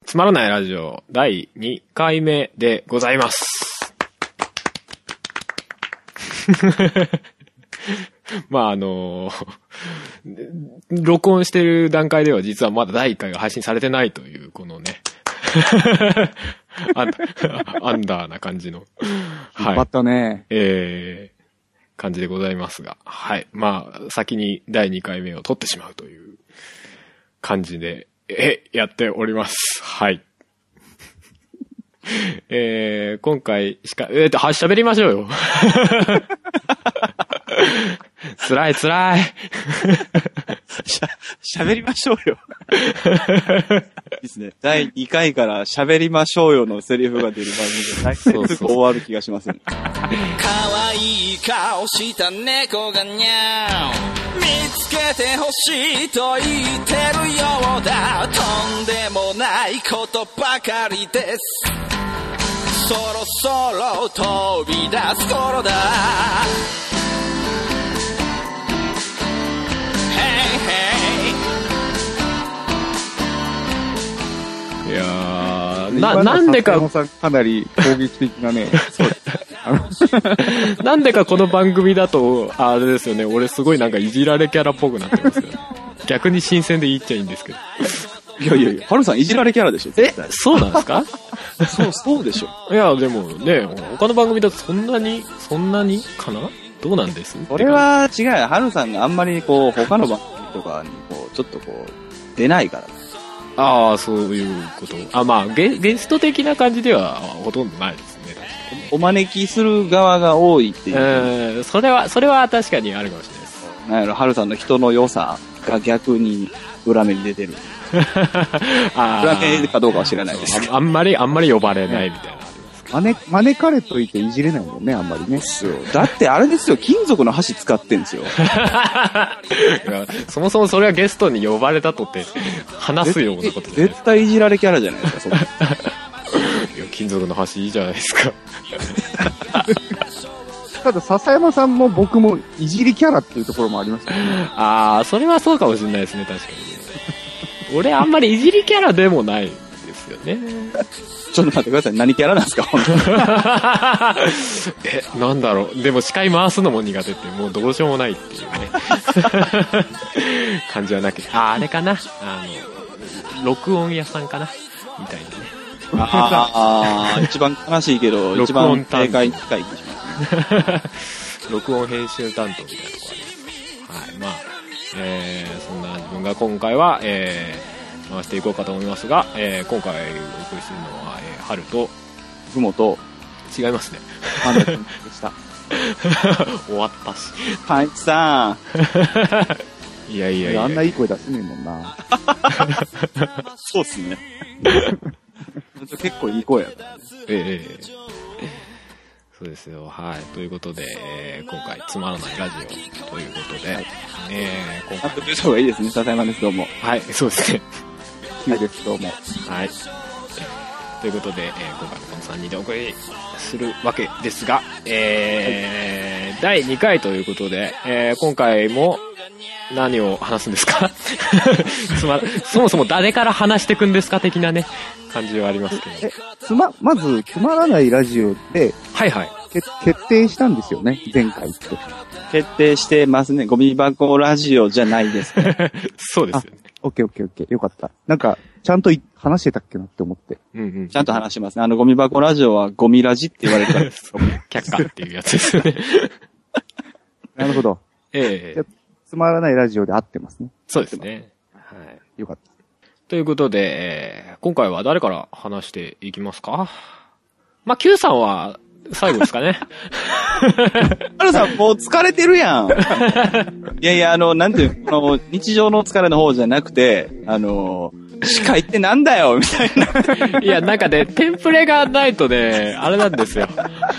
つまらないラジオ第2回目でございます。まあ録音してる段階では実はまだ第1回が配信されてないというこのねアンダーな感じのはい。よかったね。 感じでございますが、はい。まあ先に第2回目を撮ってしまうという感じでやっております。はい。今回しか喋りましょうよ。つらい。 喋りましょうよ。いいですね。第2回から喋りましょうよのセリフが出る番組で、大体すぐ終わる気がしますね。 可愛い顔した猫がにゃー見つけてほしいと言ってるようだ。とんでもないことばかりです。そろそろ飛び出す頃だ。 いやー、なんでか、 かなり攻撃的なね。そうです。 なんでかこの番組だと、あれですよね、俺すごいなんかいじられキャラっぽくなってますよ。逆に新鮮で言っちゃいいんですけど。 いや、ハルさんいじられキャラでしょ。 そうなんですか？ そうでしょ。 いや、でもね、他の番組だとそんなにかな？どうなんです？ それは違う。ハルさんがあんまりこう、他の番組とかにこう、ちょっとこう、出ないから。 ああ、そういうこと。まあゲスト的な感じではほとんどないですね。 お招きする側が多いっていう。 それは確かにあるかもしれないです。 なんやろ、ハルさんの人の良さが逆に裏目に出てる。裏目かどうかは知らないですけど。 あんまり呼ばれないみたいな。 招かれといていじれないもんね、あんまりね。 だってあれですよ、金属の箸使ってんですよ。 そもそもそれはゲストに呼ばれたとって話すようなことじゃないですか。 絶対いじられキャラじゃないですか、それ。いや、 金属の箸いいじゃないですか。 ただ、笹山さんも僕もいじりキャラっていうところもありますよね。 それはそうかもしれないですね、確かに。俺あんまりいじりキャラでもないですよね。 ちょっと待ってください。何キャラなんですか、本当に。なんだろう。でも司会回すのも苦手って、もうどうしようもないっていうね。感じはなくて。あれかな。録音屋さんかな。みたいなね。 一番悲しいけど、一番正解に近い気がしますね。 録音編集担当みたいなところあります。はい。まあ、そんな自分が今回は、回していこうかと思いますが、今回お送りするのは、春とふもと違いますね。 パンダ君でした。 終わったし。 パンチさん。いや。 あんないい声出せねえもんな。 そうっすね。結構いい声やからね。 そうですよ。はい。ということで、今回つまらないラジオということで、 今回。とした方がいいですね、笹山です、どうも。 はい、そうですね。 Q です、どうも。 はい。ということで、今回もこの3人でお送りするわけですが、第2回ということで、今回も何を話すんですか？そもそも誰から話していくんですか的なね、感じはありますけど。 まず、つまらないラジオで、 はいはい。 決定したんですよね、前回って。 決定してますね。ゴミ箱ラジオじゃないです、ね。 そうですよね。 オッケー。よかった。なんか、ちゃんと話してたっけなって思って。 ちゃんと話してますね。ゴミ箱ラジオはゴミラジって言われてたんです。 却下っていうやつですよね。 なるほど。つまらないラジオで合ってますね。 そうですね。はい。 よかった。 ということで、今回は誰から話していきますか？まあ、Q さんは最後ですかね。 ハルさんもう疲れてるやん。いや、なんていう、日常の疲れの方じゃなくて、司会ってなんだよみたいな。 いや、なんかね、テンプレがないとね、あれなんですよ。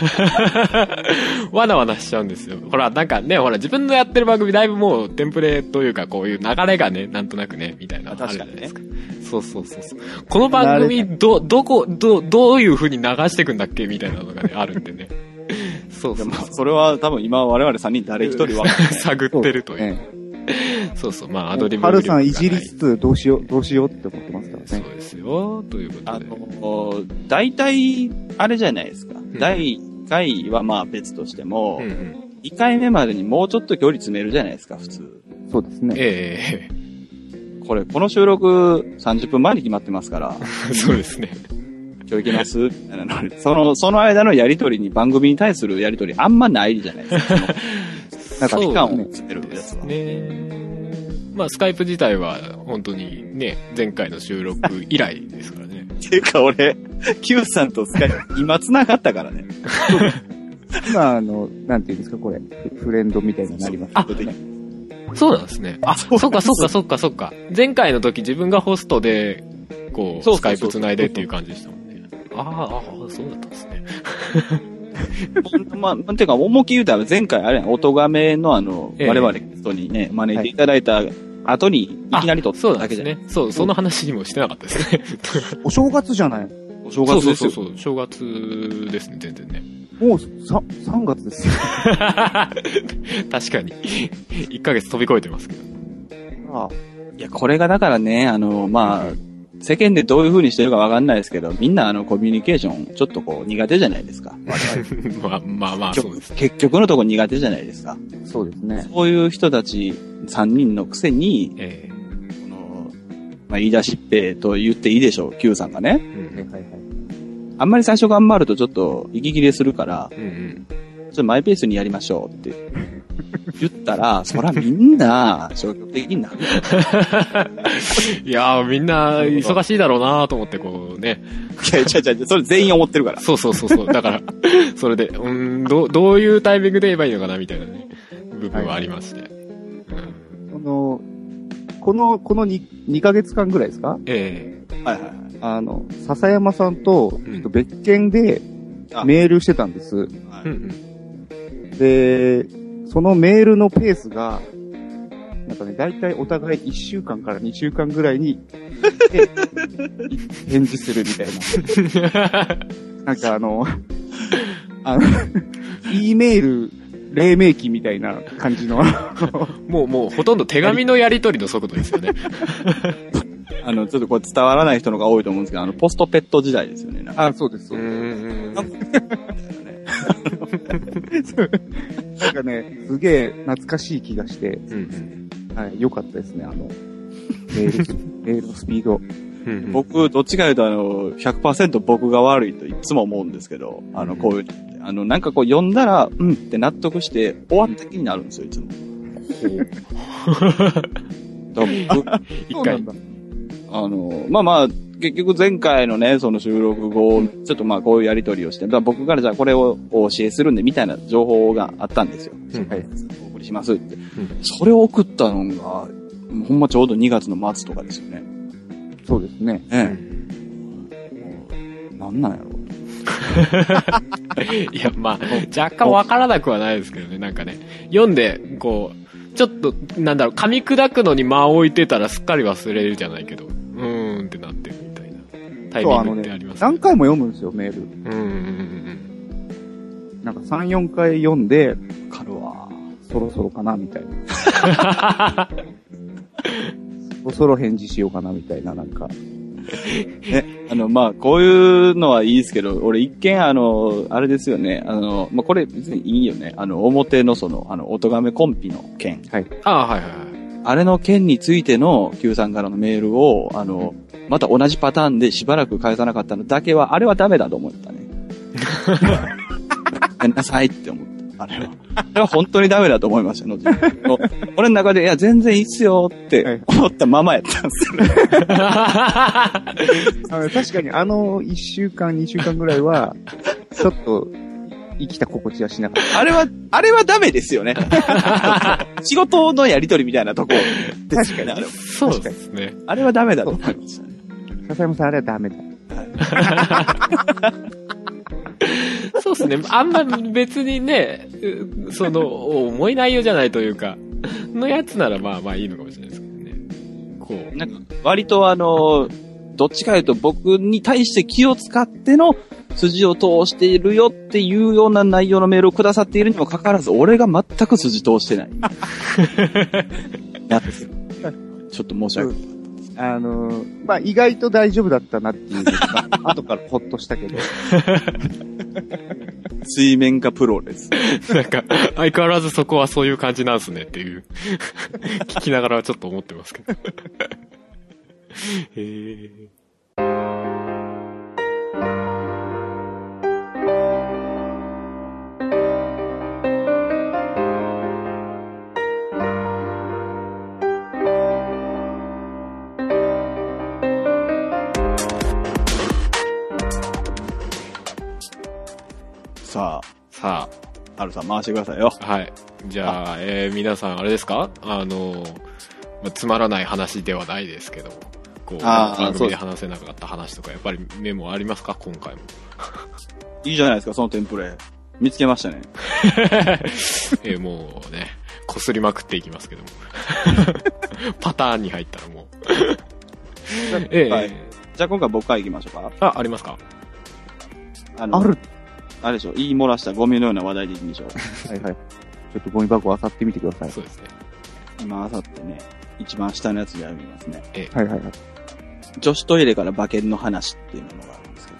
わなわなしちゃうんですよ。ほら、なんかね、自分のやってる番組だいぶもうテンプレというか、こういう流れがね、なんとなくね、みたいなのあるじゃないですか。そう。この番組、どういう風に流していくんだっけみたいなのがね、あるんでね。そう。 それは多分今我々3人誰一人は探ってるという。そう、まあアドリブ。 ハルさんいじりつつどうしようって思ってますからね。 そうですよ。 よ、ということで。 大体、あれじゃないですか。第1回はまあ別としても、2回目までにもうちょっと距離詰めるじゃないですか、普通。 そうですね。 この収録30分前に決まってますから。 そうですね。 今日行きますみたいなの。その間のやりとりに、番組に対するやりとりあんまないじゃないですか。なんか期間を詰めるやつは。 まあ、スカイプ自体は、本当にね、前回の収録以来ですからね。 っていうか俺、Q さんとスカイプ、今繋がったからね。 今、なんていうんですか、これ。フレンドみたいになります。 あ、そうなんですね。あ、そっか。前回の時自分がホストで、こう、スカイプ繋いでっていう感じでしたもんね。あ、そうだったんですね。 まあ、てか、重き言うたら前回あれやん、音亀の我々ゲストにね、招いていただいた後に、いきなり撮っただけじゃない。 そう、その話にもしてなかったですね。 お正月じゃない？ お正月ですよ。 そう、正月ですね、全然ね。 もう、3月ですよ。 確かに。1ヶ月飛び越えてますけど。 いや、これがだからね、まあ、世間でどういう風にしてるかわかんないですけど、みんなコミュニケーションちょっとこう苦手じゃないですか。 まあ、そうです。 結局のとこ苦手じゃないですか。 そうですね。 そういう人たち3人のくせに、まあ、言い出しっぺと言っていいでしょう、Q さんがね。あんまり最初頑張るとちょっと息切れするから、ちょっとマイペースにやりましょうって言ったら、そらみんな消極的になる。 いやー、みんな忙しいだろうなと思ってこうね。 いや、それ全員思ってるから。 そう。だから、それで、どういうタイミングで言えばいいのかなみたいなね、部分はありまして。 この2ヶ月間ぐらいですか？笹山さんと、ちょっと別件でメールしてたんです。で、そのメールのペースが、なんかね、だいたいお互い1週間から2週間ぐらいに、返事するみたいな。なんかE メール、黎明期みたいな感じの。 もうほとんど手紙のやり取りの速度ですよね。 ちょっとこれ伝わらない人のが多いと思うんですけど、ポストペット時代ですよね。 そうです。なんかね、すげえ懐かしい気がして、はい、良かったですね、メールのスピード。 僕、どっちか言うと100% 僕が悪いといつも思うんですけど、こういう、なんかこう読んだら、って納得して終わった気になるんですよ、いつも。 一回。 まあ、結局前回のね、その収録後、ちょっとまあこういうやりとりをして、僕からじゃあこれをお教えするんでみたいな情報があったんですよ。お送りしますって。それを送ったのが、ほんまちょうど2月の末とかですよね。 そうですね。 なんなんやろいや、まあ、若干わからなくはないですけどね、なんかね。読んで、こう、ちょっと、噛み砕くのに間を置いてたらすっかり忘れるじゃないけど、ってなってるみたいなタイミングってありますね。 何回も読むんですよ、メール。なんか3、4回読んで、そろそろかな、みたいな。そろそろ返事しようかな、みたいな、なんか。 まあ、こういうのはいいですけど、俺一見あれですよね、まあ、これ別にいいよね。表の音亀コンピの件。 はい。 あれの件についての Q さんからのメールを、また同じパターンでしばらく返さなかったのだけは、あれはダメだと思ったね。ごめんなさいって思った。あれは本当にダメだと思いましたの。俺の中で、いや、全然いいっすよって思ったままやったんですよね。 確かに1週間、2週間ぐらいは、ちょっと、生きた心地はしなかった。 あれはダメですよね。仕事のやりとりみたいなとこ。 確かに。 そうですね。 あれはダメだと思いましたね。 笹山さん、あれはダメだ。 そうですね。あんま別にね、重い内容じゃないというか、のやつならまあいいのかもしれないですけどね。こう。 なんか、割とどっちかというと僕に対して気を使っての筋を通しているよっていうような内容のメールをくださっているにもかかわらず、俺が全く筋通してない。なんですよ。ちょっと申し訳ない。 まあ、意外と大丈夫だったなっていうのが、後からほっとしたけど。 水面下プロです。 なんか、相変わらずそこはそういう感じなんすねっていう。聞きながらちょっと思ってますけど。 さあ、はるさん回してくださいよ。 はい。じゃあ、皆さんあれですか？まあ、つまらない話ではないですけども、こう、番組で話せなかった話とか、やっぱりメモありますか？今回も。 いいじゃないですか、そのテンプレ。見つけましたね。 もうね、擦りまくっていきますけども。パターンに入ったらもう。 はい。じゃあ今回僕から行きましょうか。ありますか？ あれでしょ、言い漏らしたゴミのような話題でいいんでしょ。 はいはい。ちょっとゴミ箱を漁ってみてください。 そうですね。 今漁ってね、一番下のやつで読みますね。 はいはいはい。 女子トイレから馬券の話っていうものがあるんです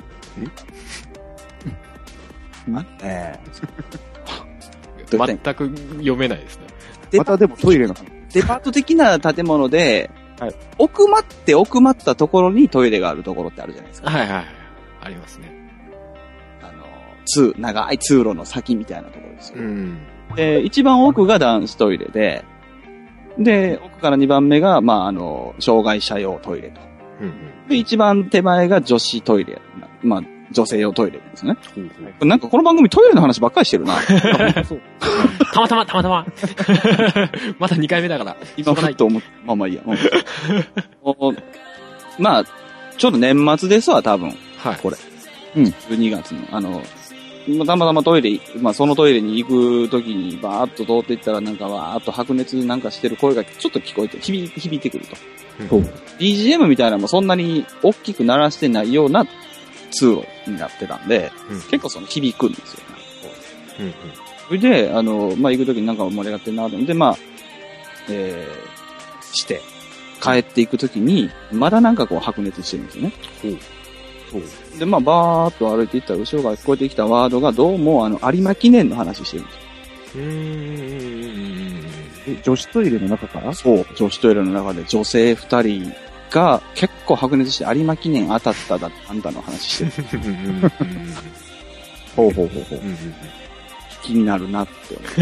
けど。 全く読めないですね。 またでもトイレの話。 デパート的な建物で、 はい、 奥まったところにトイレがあるところってあるじゃないですか。 はいはい。ありますね。 長い通路の先みたいなところですよ。 うん。 で、一番奥が男子トイレで、奥から2番目が、まあ、障害者用トイレと。 うん。 で、一番手前が女子トイレ。まあ、女性用トイレですね。なんかこの番組トイレの話ばっかりしてるな。 たまたま。まだ2回目だから。 今ふっと思って、まあいいや。まあ、ちょうど年末ですわ、多分。 はい。 これ。12月の、たまたまトイレ、まあそのトイレに行くときにバーッと通っていったらなんかわーっと白熱なんかしてる声がちょっと聞こえて響いてくると。BGM みたいなのもそんなに大きく鳴らしてないような通路になってたんで、結構その響くんですよね。それで、まあ行くときになんか盛り上がってるなと思って、まあ、して、帰っていくときに、まだなんかこう白熱してるんですよね。で、まあ、バーっと歩いていったら、後ろから聞こえてきたワードが、どうも、有馬記念の話してるんですよ。 女子トイレの中から？ そう。女子トイレの中で女性2人が結構白熱して有馬記念当たっただ、あんたの話してる。 ほう。 気になるなって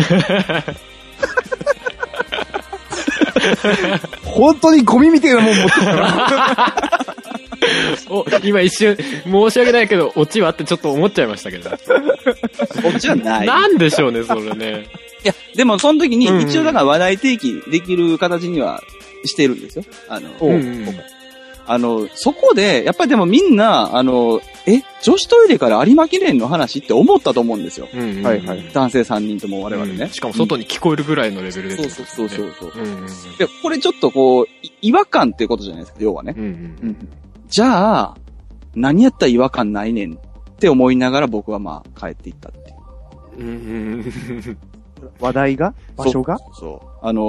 思う。本当にゴミみたいなもん持ってたな。 今一瞬、申し訳ないけど、オチはってちょっと思っちゃいましたけど。 オチはない。 なんでしょうね、それね。 いや、でもその時に一応だから話題提起できる形にはしてるんですよ。そこで、やっぱりでもみんな、女子トイレから有馬記念の話って思ったと思うんですよ。 はいはい。 男性3人とも我々ね。 しかも外に聞こえるぐらいのレベルで。 そう。で、これちょっとこう、違和感ってことじゃないですか、要はね。じゃあ、何やったら違和感ないねんって思いながら僕はまあ帰っていったっていう。 話題が？場所が？ そう。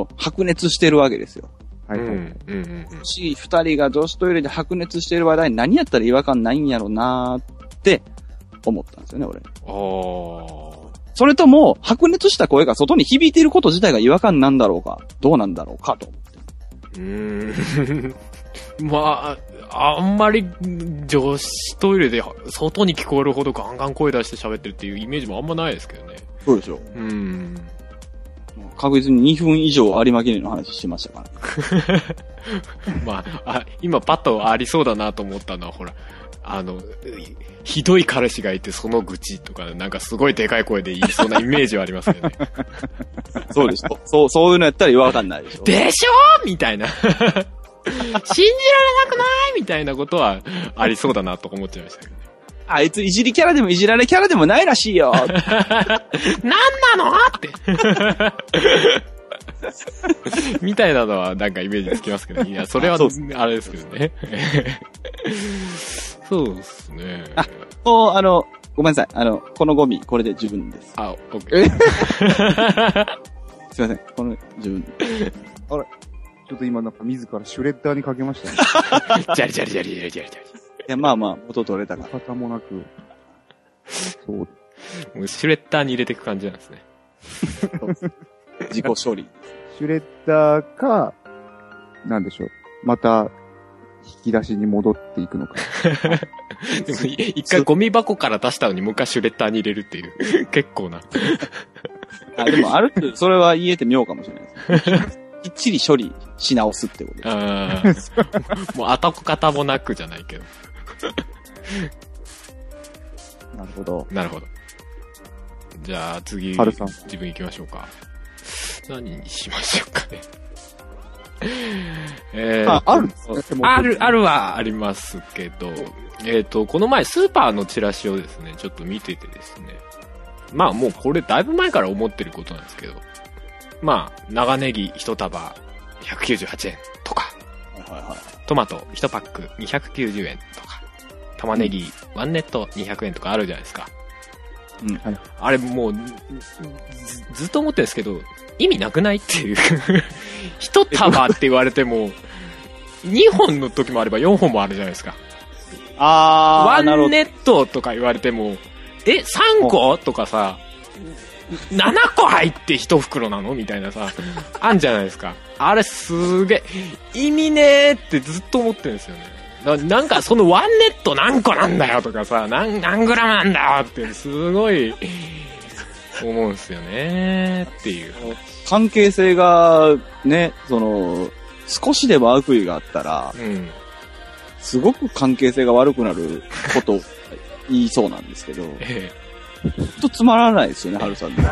白熱してるわけですよ。 はいはい。 二人が女子トイレで白熱してる話題何やったら違和感ないんやろなーって思ったんですよね、俺。それとも、白熱した声が外に響いていること自体が違和感なんだろうか、どうなんだろうかと思って。 まあ、あんまり女子トイレで外に聞こえるほどガンガン声出して喋ってるっていうイメージもあんまないですけどね。 そうでしょ。確実に2分以上有馬記念の話してましたから、ね。 まあ、今パッとありそうだなと思ったのは、ほら、ひどい彼氏がいてその愚痴とか、なんかすごいでかい声で言いそうなイメージはありますけどね。 そうです。そういうのやったら違和感ないでしょ。 でしょみたいな。信じられなくないみたいなことはありそうだなと思っちゃいましたけどね。 あいついじりキャラでもいじられキャラでもないらしいよ。 なんなのって。みたいなのはなんかイメージつきますけど、いや、それはあれですけどね。そうですね。 ごめんなさい。このゴミ、これで十分です。 オッケー。 すいません。この十分。あれちょっと今なんか自らシュレッダーにかけましたね。 ジャリジャリジャリジャリジャリジャリ。 いや、まあまあ、元取れたから。 方もなく。そう。 もうシュレッダーに入れていく感じなんですね。 自己処理。 シュレッダーか、なんでしょう。また、引き出しに戻っていくのか。 でも一回ゴミ箱から出したのにもう一回シュレッダーに入れるっていう、結構な。 あ、でもある程度、それは言えてみようかもしれないです。きっちり処理し直すってことです。 ああ。もう跡形もなくじゃないけど。 なるほど。 なるほど。じゃあ次、 ハルさん自分行きましょうか。何にしましょうかね。 あるんですね。 あるはありますけど、この前スーパーのチラシをですね、ちょっと見ててですね。まあもうこれだいぶ前から思ってることなんですけど、まあ、長ネギ1束198円とか、 はいはい。 トマト1パック290円とか、玉ねぎワンネット200円とかあるじゃないですか。 うん。 はい。 あれもう、ずっと思ってるんですけど、意味なくないっていう。1束って言われても、2本の時もあれば4本もあるじゃないですか。ワンなるほど。 ネットとか言われても、3個とかさ、7個入って1袋なのみたいなさ、あんじゃないですか。あれすげえ、意味ねーってずっと思ってるんですよね。なんかそのワンネット何個なんだよとかさ、何グラムなんだよってすごい思うんですよねーっていう。 関係性が、ね、少しでも悪意があったら、 うん。 すごく関係性が悪くなることを言いそうなんですけど、ほんとつまらないですよね、ハルさんで。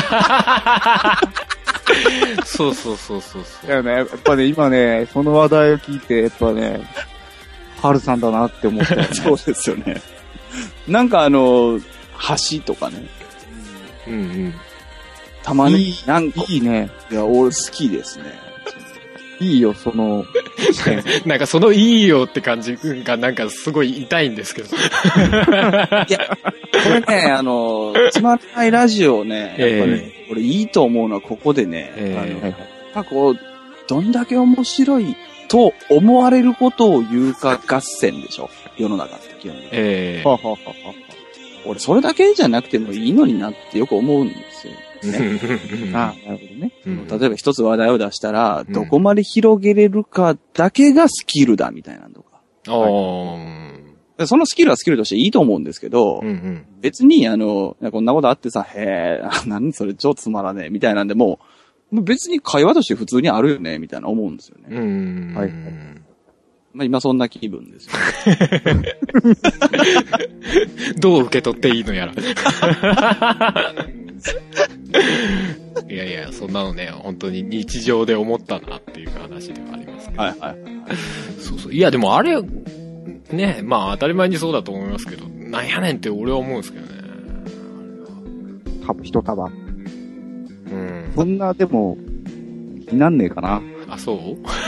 そうそうそうそうそう。 だよね。やっぱね、今ね、その話題を聞いて、やっぱね、ハルさんだなって思ったよね。 そうですよね。なんか橋とかね、 うんうん。 玉ねぎ何個。 いいね。 いや、俺好きですね。 いいよ、その、 なんかそのいいよって感じがなんかすごい痛いんですけど。 いや、これね、つまらないラジオね、やっぱね、俺いいと思うのはここでね、やっぱこう、どんだけ面白いと思われることを言うか合戦でしょ、世の中って基本的に。 はははは俺それだけじゃなくてもいいのになってよく思うんですよ。ね、 ああ、なるほどね。 例えば一つ話題を出したら、どこまで広げれるかだけがスキルだみたいなのとか。そのスキルはスキルとしていいと思うんですけど、別にこんなことあってさ、何それ超つまらねえみたいなんでもう別に会話として普通にあるよねみたいな思うんですよね。はい。まあ今そんな気分ですよ。 どう受け取っていいのやら。いやいや、そんなのね、本当に日常で思ったなっていう話ではありますけど。はいはい。そうそう。いやでもあれ、ね、まあ当たり前にそうだと思いますけど、なんやねんって俺は思うんですけどね。 一束。そんな、でも、気になんねえかな。 あ、そう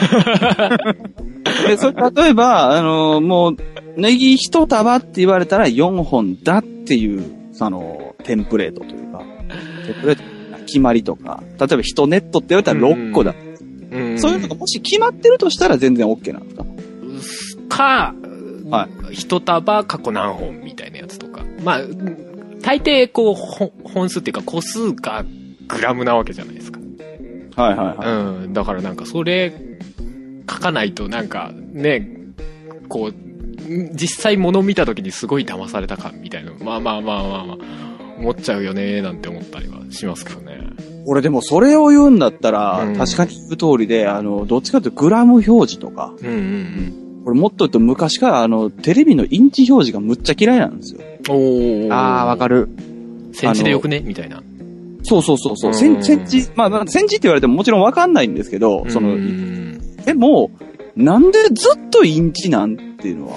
それ例えば、もう、ネギ一束って言われたら4本だっていう、テンプレートというか、テンプレート決まりとか、例えば1ネットって言われたら6個だ。そういうのがもし決まってるとしたら全然 OK なんですか？ はい。一束過去何本みたいなやつとか。まあ、大抵こう、本数っていうか個数がグラムなわけじゃないですか。 はいはいはい。 だからなんかそれ書かないとなんかね、こう、実際物見た時にすごい騙されたかみたいな、まあ思っちゃうよねなんて思ったりはしますけどね。 俺でもそれを言うんだったら、確かに言う通りで、どっちかというとグラム表示とか、これもっと言うと昔からテレビのインチ表示がむっちゃ嫌いなんですよ。 ああ、わかる。 センチでよくねみたいな。 そう。センチ、まあ、センチって言われてももちろんわかんないんですけど、でも、なんでずっとインチなんっていうのは。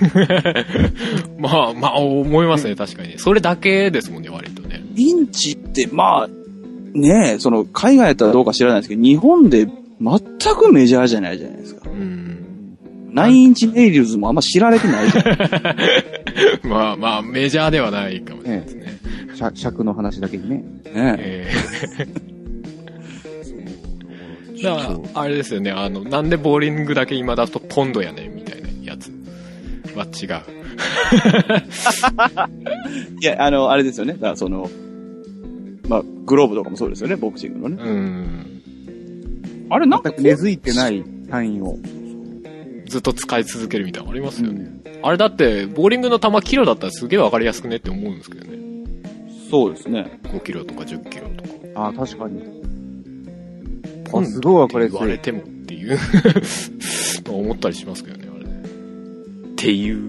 まあ、思いますね、確かに。それだけですもんね、割とね。 インチって、まあ、ねえ、海外やったらどうか知らないですけど、日本で全くメジャーじゃないじゃないですか。9インチネイルズもあんま知られてないじゃん。 まあ、メジャーではないかもしれないですね。 尺の話だけにね。 だから、あれですよね、なんでボーリングだけ今だとポンドやねんみたいなやつは違う。 いや、あれですよね。だからまあ、グローブとかもそうですよね、ボクシングのね。あれなんか根付いてない単位を。 ずっと使い続けるみたいなのありますよね。あれだって、ボーリングの球キロだったらすげえわかりやすくねって思うんですけどね。 そうですね。 5キロとか10キロとか。 ああ、確かに。すごいわかりやすい。 言われてもっていう思ったりしますけどね、あれね。っていう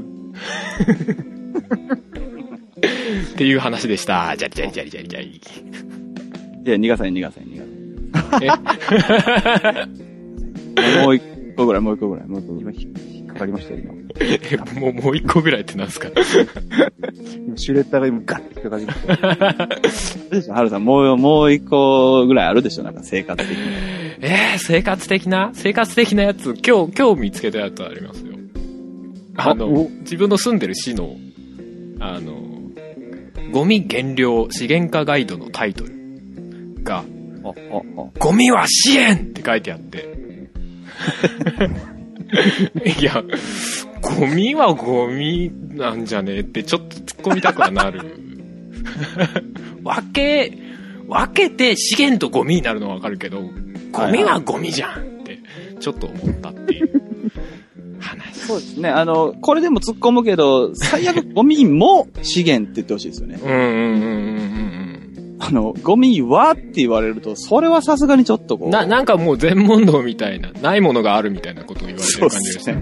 っていう話でした。じゃりじゃりじゃりじゃりじゃり。 いや、逃がさない。もう一個ぐらい。今引っかかりましたよ、 今。もう一個ぐらいってなんですか？ シュレッダーが今ガッて引っかかりました。 ハルさん、もう一個ぐらいあるでしょ、なんか生活的な。 生活的なやつ、今日見つけたやつありますよ。自分の住んでる市の、ゴミ減量資源化ガイドのタイトルが、ゴミは資源って書いてあって。いや、ゴミはゴミなんじゃねえってちょっと突っ込みたくはなる。分けて資源とゴミになるのはわかるけど、ゴミはゴミじゃんってちょっと思ったっていう話。 そうですね。これでも突っ込むけど、最悪ゴミも資源って言ってほしいですよね。ゴミはって言われると、それはさすがにちょっとこう。 なんかもう全問答みたいな、ないものがあるみたいなことを言われてる感じがして。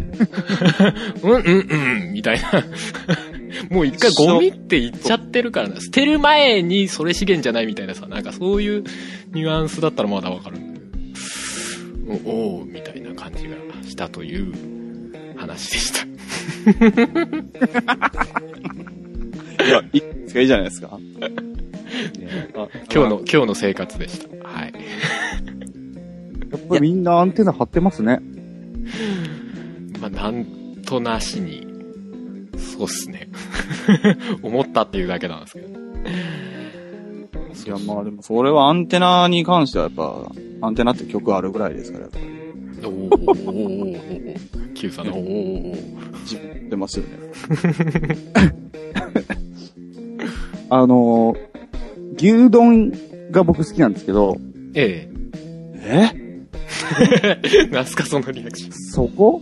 みたいな。もう一回ゴミって言っちゃってるからな。捨てる前にそれ資源じゃないみたいなさ、なんかそういうニュアンスだったらまだわかるんだけど。おーみたいな感じがしたという話でした。 いや、いいじゃないですか。 今日の生活でした。はい。 やっぱりみんなアンテナ張ってますね。 まあ、なんとなしに、そうっすね。思ったっていうだけなんですけど。 いや、まあでも、それはアンテナに関してはやっぱ、アンテナって曲あるぐらいですから、やっぱり。 Q さんの自分出ますよね。 牛丼が僕好きなんですけど。 なんすかそのリアクション。 そこ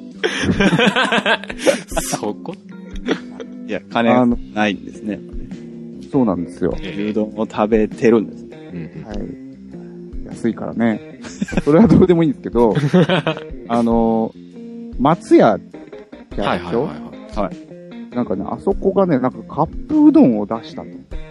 そこいや、金ないんですね。 そうなんですよ。 牛丼を食べてるんです。 はい。安いからね。それはどうでもいいんですけど、松屋ってあるでしょ？はい。なんかね、あそこがね、なんかカップうどんを出したと。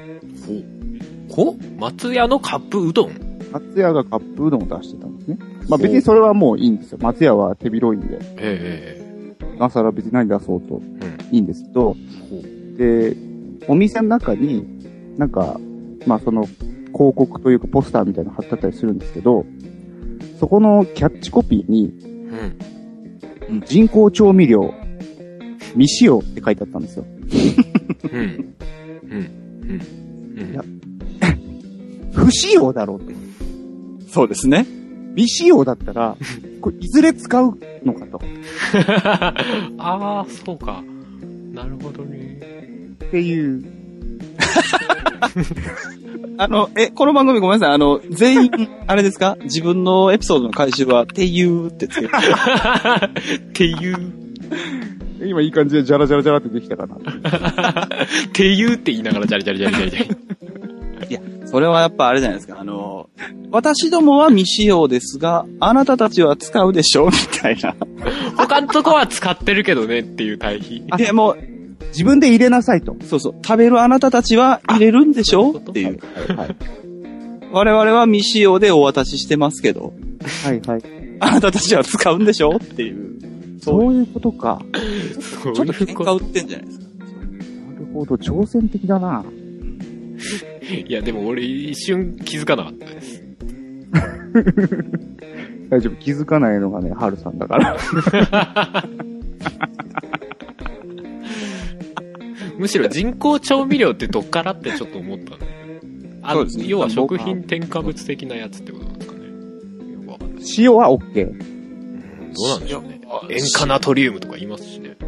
松屋のカップうどん？ 松屋がカップうどんを出してたんですね。まあ別にそれはもういいんですよ。松屋は手広いんで。なさら別に何出そうといいんですけど、で、お店の中に、なんか、まあその広告というかポスターみたいなの貼ってあったりするんですけど、そこのキャッチコピーに、人工調味料、未使用って書いてあったんですよ。いや不使用だろうって。 そうですね。 未使用だったら、これいずれ使うのかと。 ああ、そうか。なるほどね。 っていう。 この番組ごめんなさい。全員、あれですか？自分のエピソードの回収は、っていうってつけて。 っていう。 今いい感じでジャラジャラジャラってできたかな。 っていうって言いながらジャリジャリジャリジャリジャリ。 いや、それはやっぱあれじゃないですか。私どもは未使用ですが、あなたたちは使うでしょみたいな。 他のとこは使ってるけどねっていう対比。 でも、 自分で入れなさいと。 そうそう。食べるあなたたちは入れるんでしょっていう。はい。我々は未使用でお渡ししてますけど。 はいはい。 あなたたちは使うんでしょっていう。 そういうことか。 ちょっと喧嘩売ってんじゃないですか。 なるほど、挑戦的だな。 いや、でも俺一瞬気づかなかったです。 大丈夫、気づかないのがね、ハルさんだから。 むしろ人工調味料ってどっからってちょっと思ったんだけど。そうですね。要は食品添加物的なやつってことなんですかね。よくわかんない塩は OK。 どうなんでしょうね。塩化ナトリウムとか言いますしね。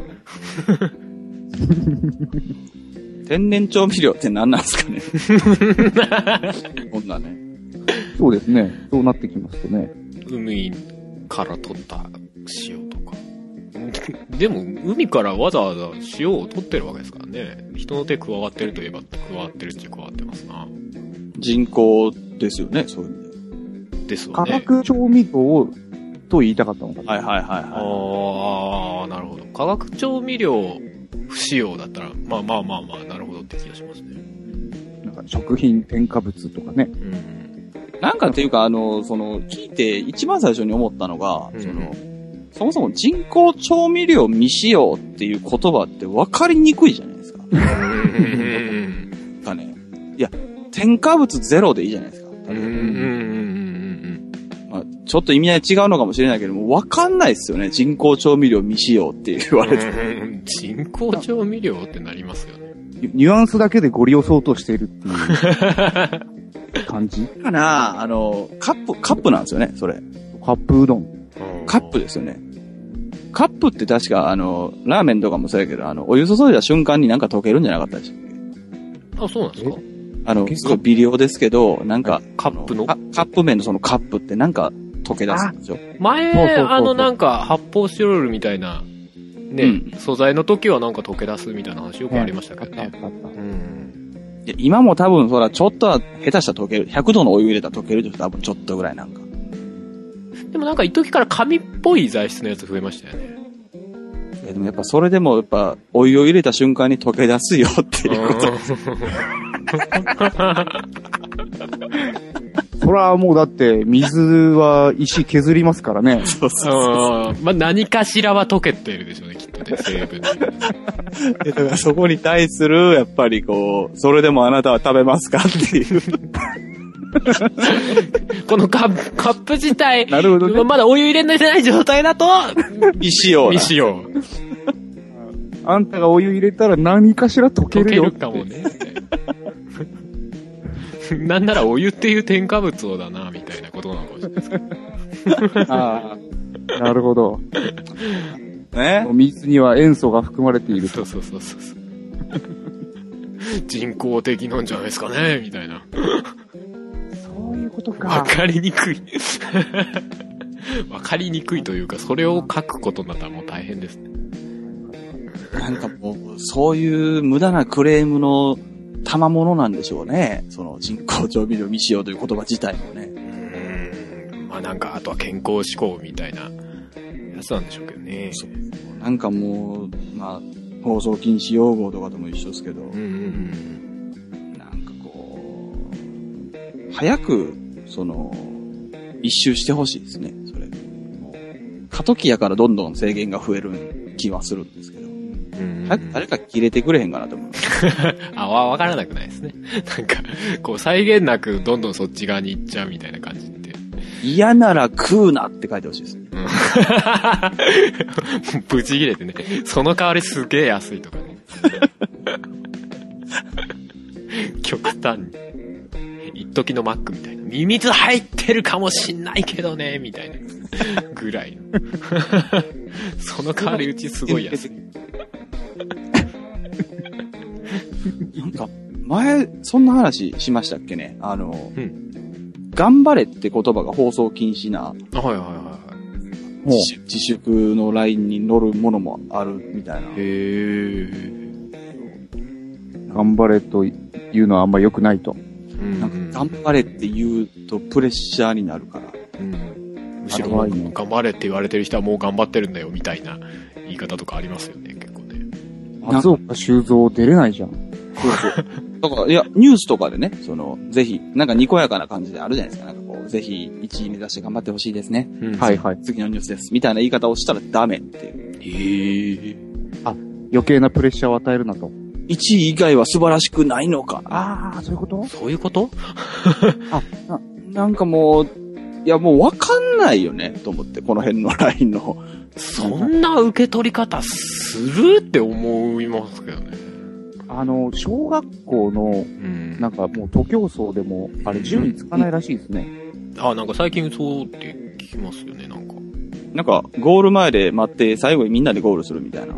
天然調味料って何なんですかね。こんなね。 そうですね。そうなってきますとね。 海から取った塩とか。でも、海からわざわざ塩を取ってるわけですからね。人の手加わってるといえば加わってるっちゃ加わってますな。 人工ですよね、そういう意味で。 ですわね。 化学調味料と言いたかったのかな。 はいはいはいはあー、なるほど。化学調味料不使用だったら、まあ、なるほどって気がしますね。 なんか食品添加物とかね。 うん。 い。なんかっていうか、聞いて一番最初に思ったのが、 うんそもそも人工調味料未使用っていう言葉って分かりにくいじゃないですか。かね。いや、添加物ゼロでいいじゃないですか。まあ、ちょっと意味合い違うのかもしれないけども、分かんないですよね。人工調味料未使用って言われて。 人工調味料ってなりますよね。 ニュアンスだけでご利用そうとしているっていう感じかなカップなんですよね、それ。 カップうどん。 カップですよね。カップって確か、ラーメンとかもそうやけど、お湯注いだ瞬間になんか溶けるんじゃなかったでしたっけ？ あ、そうなんですか？ すごい微量ですけど、なんか、 カップのカップ麺のそのカップってなんか溶け出すんですよ。 前、 そうなんか発泡スチロールみたいな、ね、素材の時はなんか溶け出すみたいな話よくありましたけどね。 いや今も多分、そら、ちょっとは下手したら溶ける。100度のお湯入れたら溶けると多分ちょっとぐらいなんか。 でもなんか一時から紙っぽい材質のやつ増えましたよね。 でもやっぱそれでもやっぱお湯を入れた瞬間に溶け出すよっていうこと。 そらもうだって水は石削りますからね。 そうそうまあ何かしらは溶けてるでしょうね、きっとね、成分だからそこに対する、やっぱりこう、それでもあなたは食べますかっていう。 このカップ自体、 なるほどね、 まだお湯入れない状態だと、 未使用。 未使用。 あんたがお湯入れたら何かしら溶けるよ。 溶けるかもね。なんならお湯っていう添加物をだな、みたいなことなのかもしれないですけど。 ああ、なるほど。 ね。 水には塩素が含まれていると。 そう。人工的なんじゃないですかね、みたいな。 そういうことか。 わかりにくい。わかりにくいというか、それを書くことになったらもう大変ですね。 なんかもう、そういう無駄なクレームの賜物なんでしょうね。その人工調味料未使用という言葉自体もね。 まあなんか、あとは健康志向みたいなやつなんでしょうけどね。 なんかもう、まあ、放送禁止用語とかとも一緒ですけど、なんかこう、早く、一周してほしいですね、それ。過渡期やからどんどん制限が増える気はするんですけど。早く誰か切れてくれへんかなと思う。 わからなくないですね。なんか、こう、際限なくどんどんそっち側に行っちゃうみたいな感じって。 嫌なら食うなって書いてほしいですね。 ブチ切れてね。その代わりすげえ安いとかね。極端に。一時のマックみたいな。ミミズ入ってるかもしんないけどね、みたいな。ぐらいの。その代わりうちすごい安い。 なんか、前、そんな話しましたっけね。頑張れって言葉が放送禁止な。自粛のラインに乗るものもあるみたいな。 頑張れというのはあんま良くないと。 なんか頑張れって言うとプレッシャーになるから。 むしろ頑張れって言われてる人はもう頑張ってるんだよみたいな言い方とかありますよね、結構ね。 松岡修造出れないじゃん。 そう。だから、いや、ニュースとかでね、ぜひ、なんかにこやかな感じであるじゃないですか。なんかこう、ぜひ1位目指して頑張ってほしいですね。 はいはい。 次のニュースです。みたいな言い方をしたらダメっていう。 余計なプレッシャーを与えるなと。 1位以外は素晴らしくないのか。 そういうこと？ そういうこと？ なんかもう、いやもうわかんないよね、と思って、この辺のラインの。 そんな受け取り方するって思いますけどね。 小学校の、なんかもう徒競走でも、あれ順位つかないらしいですね。 なんか最近そうって聞きますよね、なんか。 なんか、ゴール前で待って、最後にみんなでゴールするみたいな。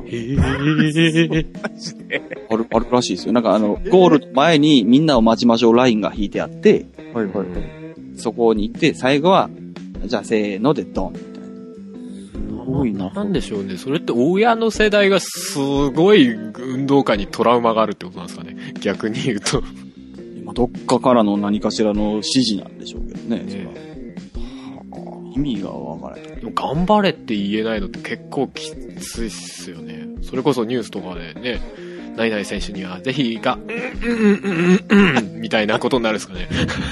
あるらしいですよ。なんかゴール前にみんなを待ちましょうラインが引いてあって、 はいはいはい。 そこに行って、最後は、じゃあせーのでドンみたいな。 すごいな。 なんでしょうね。それって親の世代がすごい運動会にトラウマがあるってことなんですかね。逆に言うと。 今どっかからの何かしらの指示なんでしょうけどね。意味がわからない。 でも頑張れって言えないのって結構きついっすよね。それこそニュースとかでね、何々選手にはぜひが、みたいなことになるんですかね。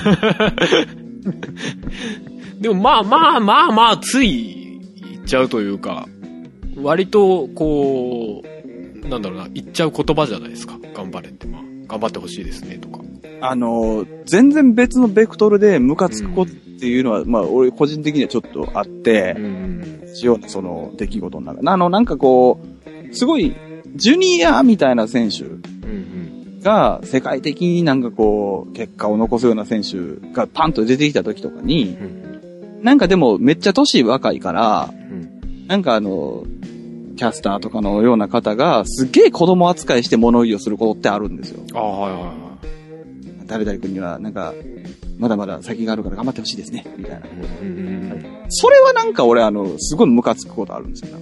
でもまあ、つい言っちゃうというか、割とこう、なんだろうな、言っちゃう言葉じゃないですか。頑張れって、まあ、頑張ってほしいですねとか。 全然別のベクトルでムカつく子っていうのは、まあ、俺個人的にはちょっとあって、その出来事の中。なんかこう、すごい、ジュニアみたいな選手が世界的になんかこう、結果を残すような選手がパンと出てきた時とかに、なんかでもめっちゃ年若いから、なんかキャスターとかのような方がすっげえ子供扱いして物言いをすることってあるんですよ。 ああ、はいはいはい。 誰々君にはなんか、まだまだ先があるから頑張ってほしいですね、みたいな。それはなんか俺すごいムカつくことあるんですよ。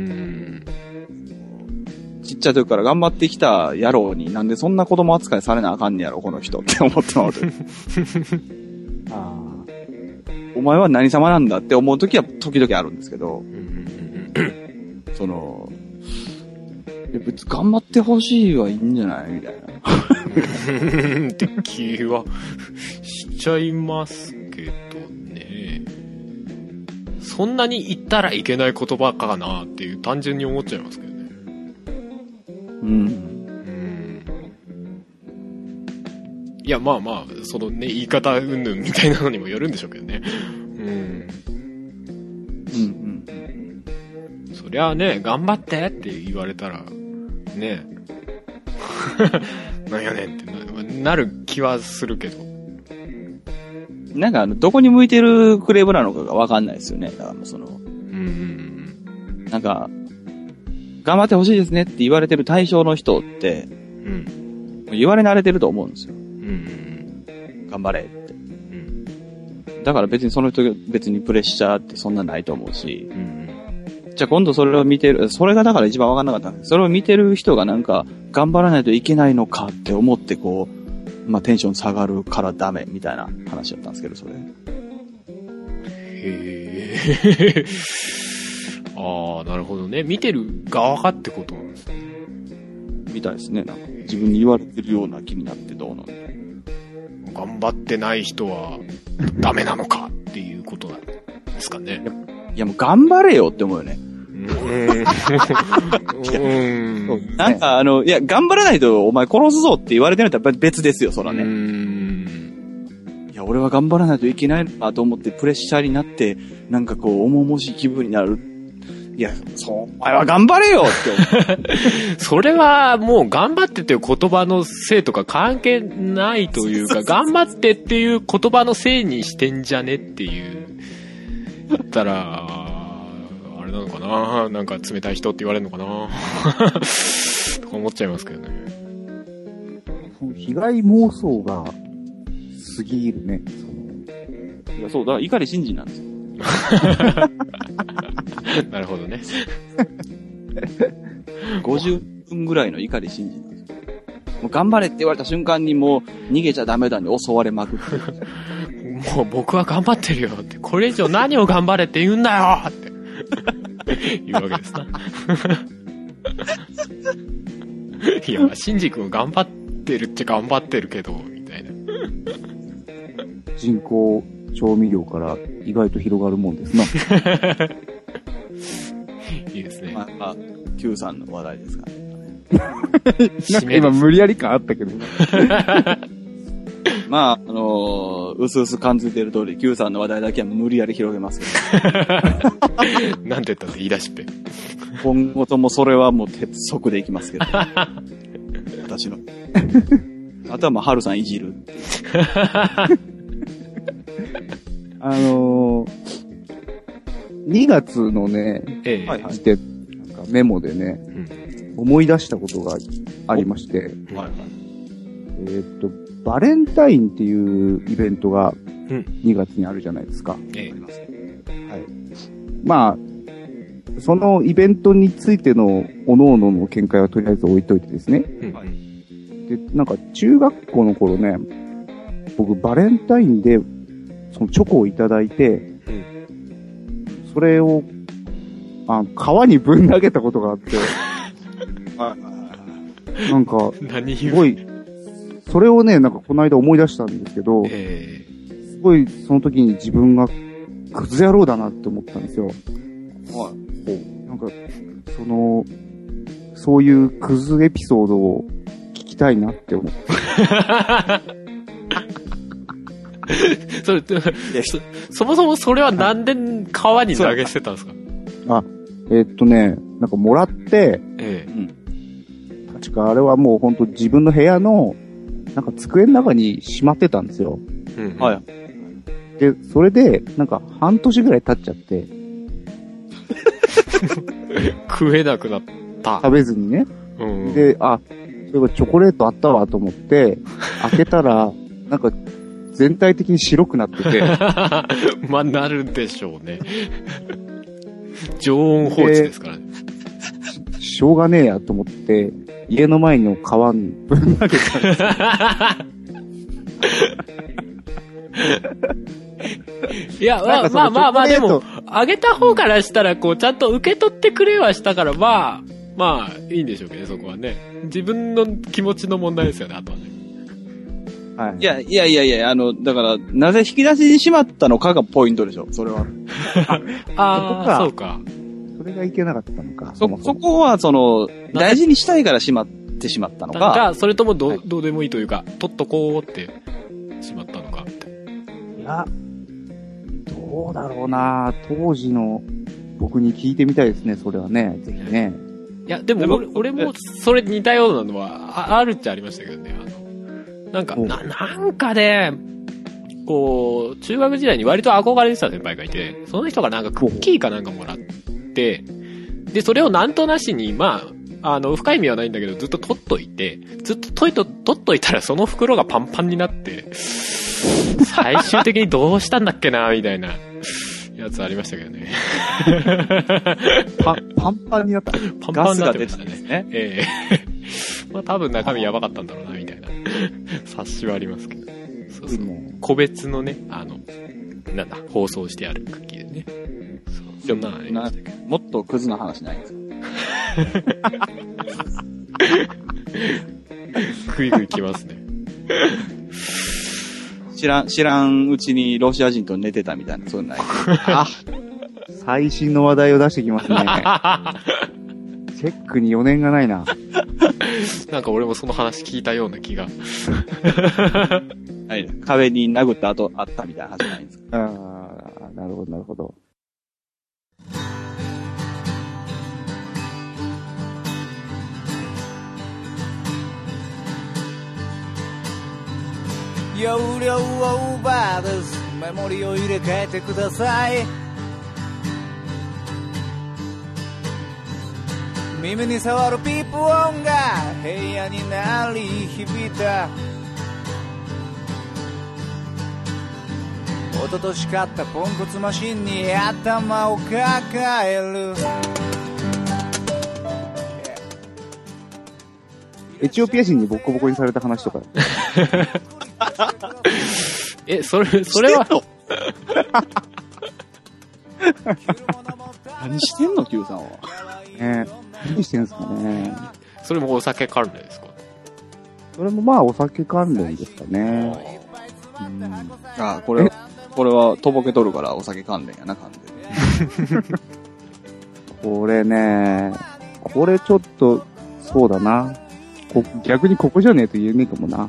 ちっちゃい時から頑張ってきた野郎になんでそんな子供扱いされなあかんねやろ、この人って思ってまうと。お前は何様なんだって思う時は時々あるんですけど、別に頑張ってほしいはいいんじゃないみたいな。 って気はしちゃいますけどね。そんなに言ったらいけない言葉かなっていう単純に思っちゃいますけどね。いや、まあ、そのね、言い方云々みたいなのにもよるんでしょうけどね。そりゃあね、頑張ってって言われたら、ね、なんやねんってなる気はするけど。 なんかどこに向いてるクレームなのかがわかんないですよね。だからなんか、頑張ってほしいですねって言われてる対象の人って、言われ慣れてると思うんですよ。頑張れって。だから別にその人別にプレッシャーってそんなないと思うし、じゃあ今度それを見てる、それがだから一番わかんなかったんです。それを見てる人がなんか頑張らないといけないのかって思ってこう、まあテンション下がるからダメみたいな話だったんですけど、それ。 ああ、なるほどね。見てる側かってことなんですね。 みたいですね。なんか自分に言われてるような気になってどうのみたいな。 頑張ってない人はダメなのかっていうことなんですかね。 いやもう頑張れよって思うよね。なんかいや、頑張らないとお前殺すぞって言われてるのとやっぱり別ですよ、そらね。いや、俺は頑張らないといけないなと思ってプレッシャーになって、なんかこう、重々しい気分になる。いや、お前は頑張れよって思う。 それはもう頑張ってっていう言葉のせいとか関係ないというか、頑張ってっていう言葉のせいにしてんじゃねっていう。だったら、あれなのかな、なんか冷たい人って言われるのかなとか思っちゃいますけどね。 被害妄想が過ぎるね。 いや、そう、だから碇シンジなんですよ。 なるほどね。 50分ぐらいの碇シンジなんですよ。もう頑張れって言われた瞬間にもう逃げちゃダメだね、襲われまくって。 もう僕は頑張ってるよって、これ以上何を頑張れって言うんだよって言うわけですな。いや、シンジ君頑張ってるっちゃ頑張ってるけど、みたいな。 人工調味料から意外と広がるもんですな。 いいですね。 まあ、Q さんの話題ですからね。なんか今無理やり感あったけど。 まあ、うすうす感じてる通り、Q さんの話題だけは無理やり広げますけど。 なんて言ったって言い出しっぺ。 今後ともそれはもう鉄則でいきますけど。私の。あとはまあ、春さんいじる。 2月のね、時点、なんかメモでね、思い出したことがありまして、バレンタインっていうイベントが2月にあるじゃないですか。はい。まあ、そのイベントについての各々の見解はとりあえず置いといてですね。で、なんか中学校の頃ね、僕バレンタインでそのチョコをいただいて、それを川にぶん投げたことがあって、なんかすごいそれをねなんかこの間思い出したんですけど、すごいその時に自分がクズ野郎だなって思ったんですよ。なんかそういうクズエピソードを聞きたいなって思って。 そもそもそれはなんで川に投げ捨てたんですか？ なんかもらって、確かあれはもう本当自分の部屋のなんか机の中にしまってたんですよ。はい。で、それでなんか半年ぐらい経っちゃって、 食えなくなった。 食べずにね。で、そういえばチョコレートあったわと思って開けたらなんか全体的に白くなってて。 まあ、なるでしょうね。常温放置ですからね。 しょうがねえやと思って、家の前の川にぶん投げたんですよ。 いや、まあ、でも、あげた方からしたら、こう、ちゃんと受け取ってくれはしたから、まあ、いいんでしょうけどね、そこはね。自分の気持ちの問題ですよね、あとはね。 はい。いや、だから、なぜ引き出しにしまったのかがポイントでしょ、それは。 そうか。 それがいけなかったのか。 そこは、大事にしたいからしまってしまったのか。 それともどうでもいいというか、取っとこうってしまったのかって。 いや、どうだろうな当時の僕に聞いてみたいですね、それはね、ぜひね。 いや、でも俺もそれ似たようなのはあるっちゃありましたけどね。なんかで、こう、中学時代に割と憧れてた先輩がいて、その人がなんかクッキーかなんかもらって、で、それをなんとなしに、深い意味はないんだけど、ずっと取っといて、ずっと取っといたらその袋がパンパンになって、最終的にどうしたんだっけな、みたいなやつありましたけどね。 パンパンになった。 パンパンになってましたね。まあ多分中身やばかったんだろうな、みたいな察しはありますけど。そう。個別のね、包装してあるクッキーでね。そう。そんなのありましたけど。 もっとクズな話ないんですか？ グイグイ来ますね。 知らんうちにロシア人と寝てたみたいな、そういうのない。 最新の話題を出してきますね。チェックに余念がないな。 なんか俺もその話聞いたような気が。 はい、壁に殴った後あったみたいな話じゃないんですか。 なるほど、なるほど。 容量オーバーです。メモリを入れ替えてください。耳に触るピープ音が部屋に鳴り響いた。一昨年買ったポンコツマシンに頭を抱える。 エチオピア人にボッコボコにされた話とか。 それは何してんの Q さんは。 何してんすかね。 それもお酒関連ですか？ それもまあお酒関連ですかね。 これはとぼけとるからお酒関連やな、完全に。 これちょっとそうだな。逆にここじゃねえと言えねえかもな。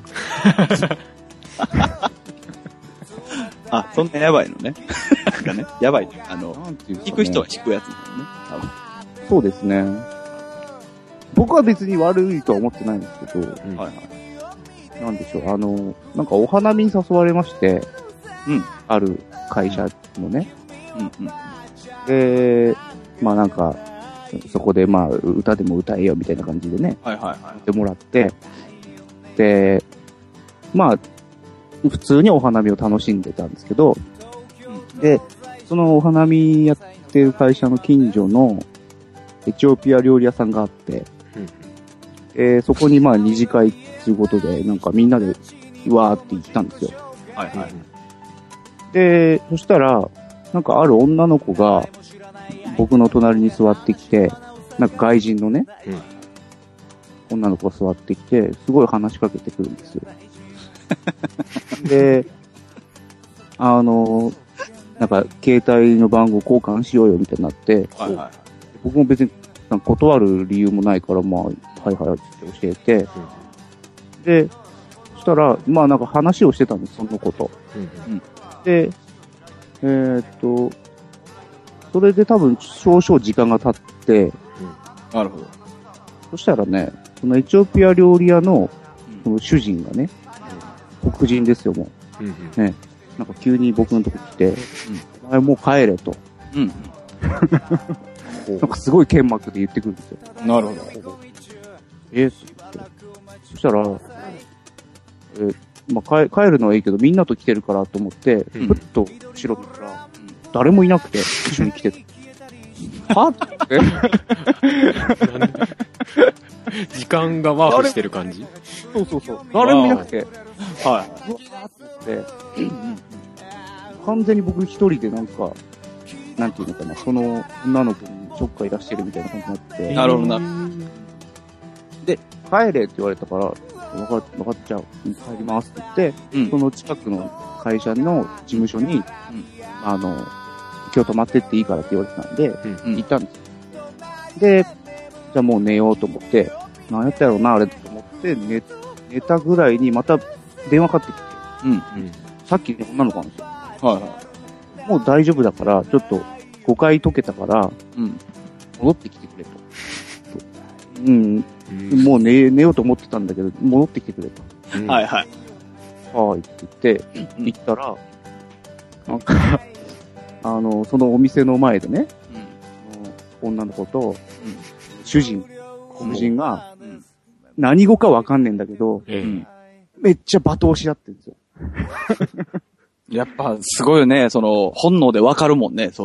そんなやばいのね。なんかね、やばい。聞く人は聞くやつだよね。多分。 そうですね。僕は別に悪いとは思ってないんですけど、なんでしょう、なんかお花見に誘われまして、ある会社のね。 で、まあなんか、そこでまあ歌でも歌えよみたいな感じでね、 はいはいはい。 やってもらって、で、まあ、普通にお花見を楽しんでたんですけど、で、そのお花見やってる会社の近所のエチオピア料理屋さんがあって、そこにまあ二次会ということで、なんかみんなでわーって行ったんですよ。 はいはい。 で、そしたら、なんかある女の子が僕の隣に座ってきて、なんか外人のね、女の子が座ってきて、すごい話しかけてくるんですよ。で、なんか携帯の番号交換しようよみたいになって、 はいはい、 僕も別に断る理由もないから、まあ、はいはいって教えて、で、そしたら、まあなんか話をしてたんです、その子と。で、それで多分少々時間が経って、 なるほど。 そしたらね、そのエチオピア料理屋の、その主人がね、黒人ですよ、もう。ね、なんか急に僕のとこ来て、お前もう帰れと。なんかすごい剣幕で言ってくるんですよ。 なるほど。 そしたら、まあ、帰るのはいいけど、みんなと来てるからと思って、ふっと後ろ見たら、誰もいなくて、一緒に来てる。はって時間がワープしてる感じ？ そうそうそう。誰もいなくて、 はい。 うわーって完全に僕一人でなんか、なんていうのかな、その女の子にちょっかい出してるみたいな感じになって。 なるほどな。 で、帰れって言われたから、わかっちゃう。帰りますって言って、その近くの会社の事務所に、今日泊まってっていいからって言われてたんで、行ったんですよ。で、じゃあもう寝ようと思って、何やったやろうな、あれと思って、寝たぐらいにまた電話かかってきて、さっきの女の子なんですよ。もう大丈夫だから、ちょっと誤解解けたから、戻ってきてくれと。もう寝ようと思ってたんだけど、戻ってきてくれと。 はいはい。 はいって言って、行ったら、なんか、そのお店の前でね、女の子と、主人、黒人が、何語かわかんねえんだけど、めっちゃ罵倒し合ってるんですよ。 やっぱ、すごいよね。本能でわかるもんね。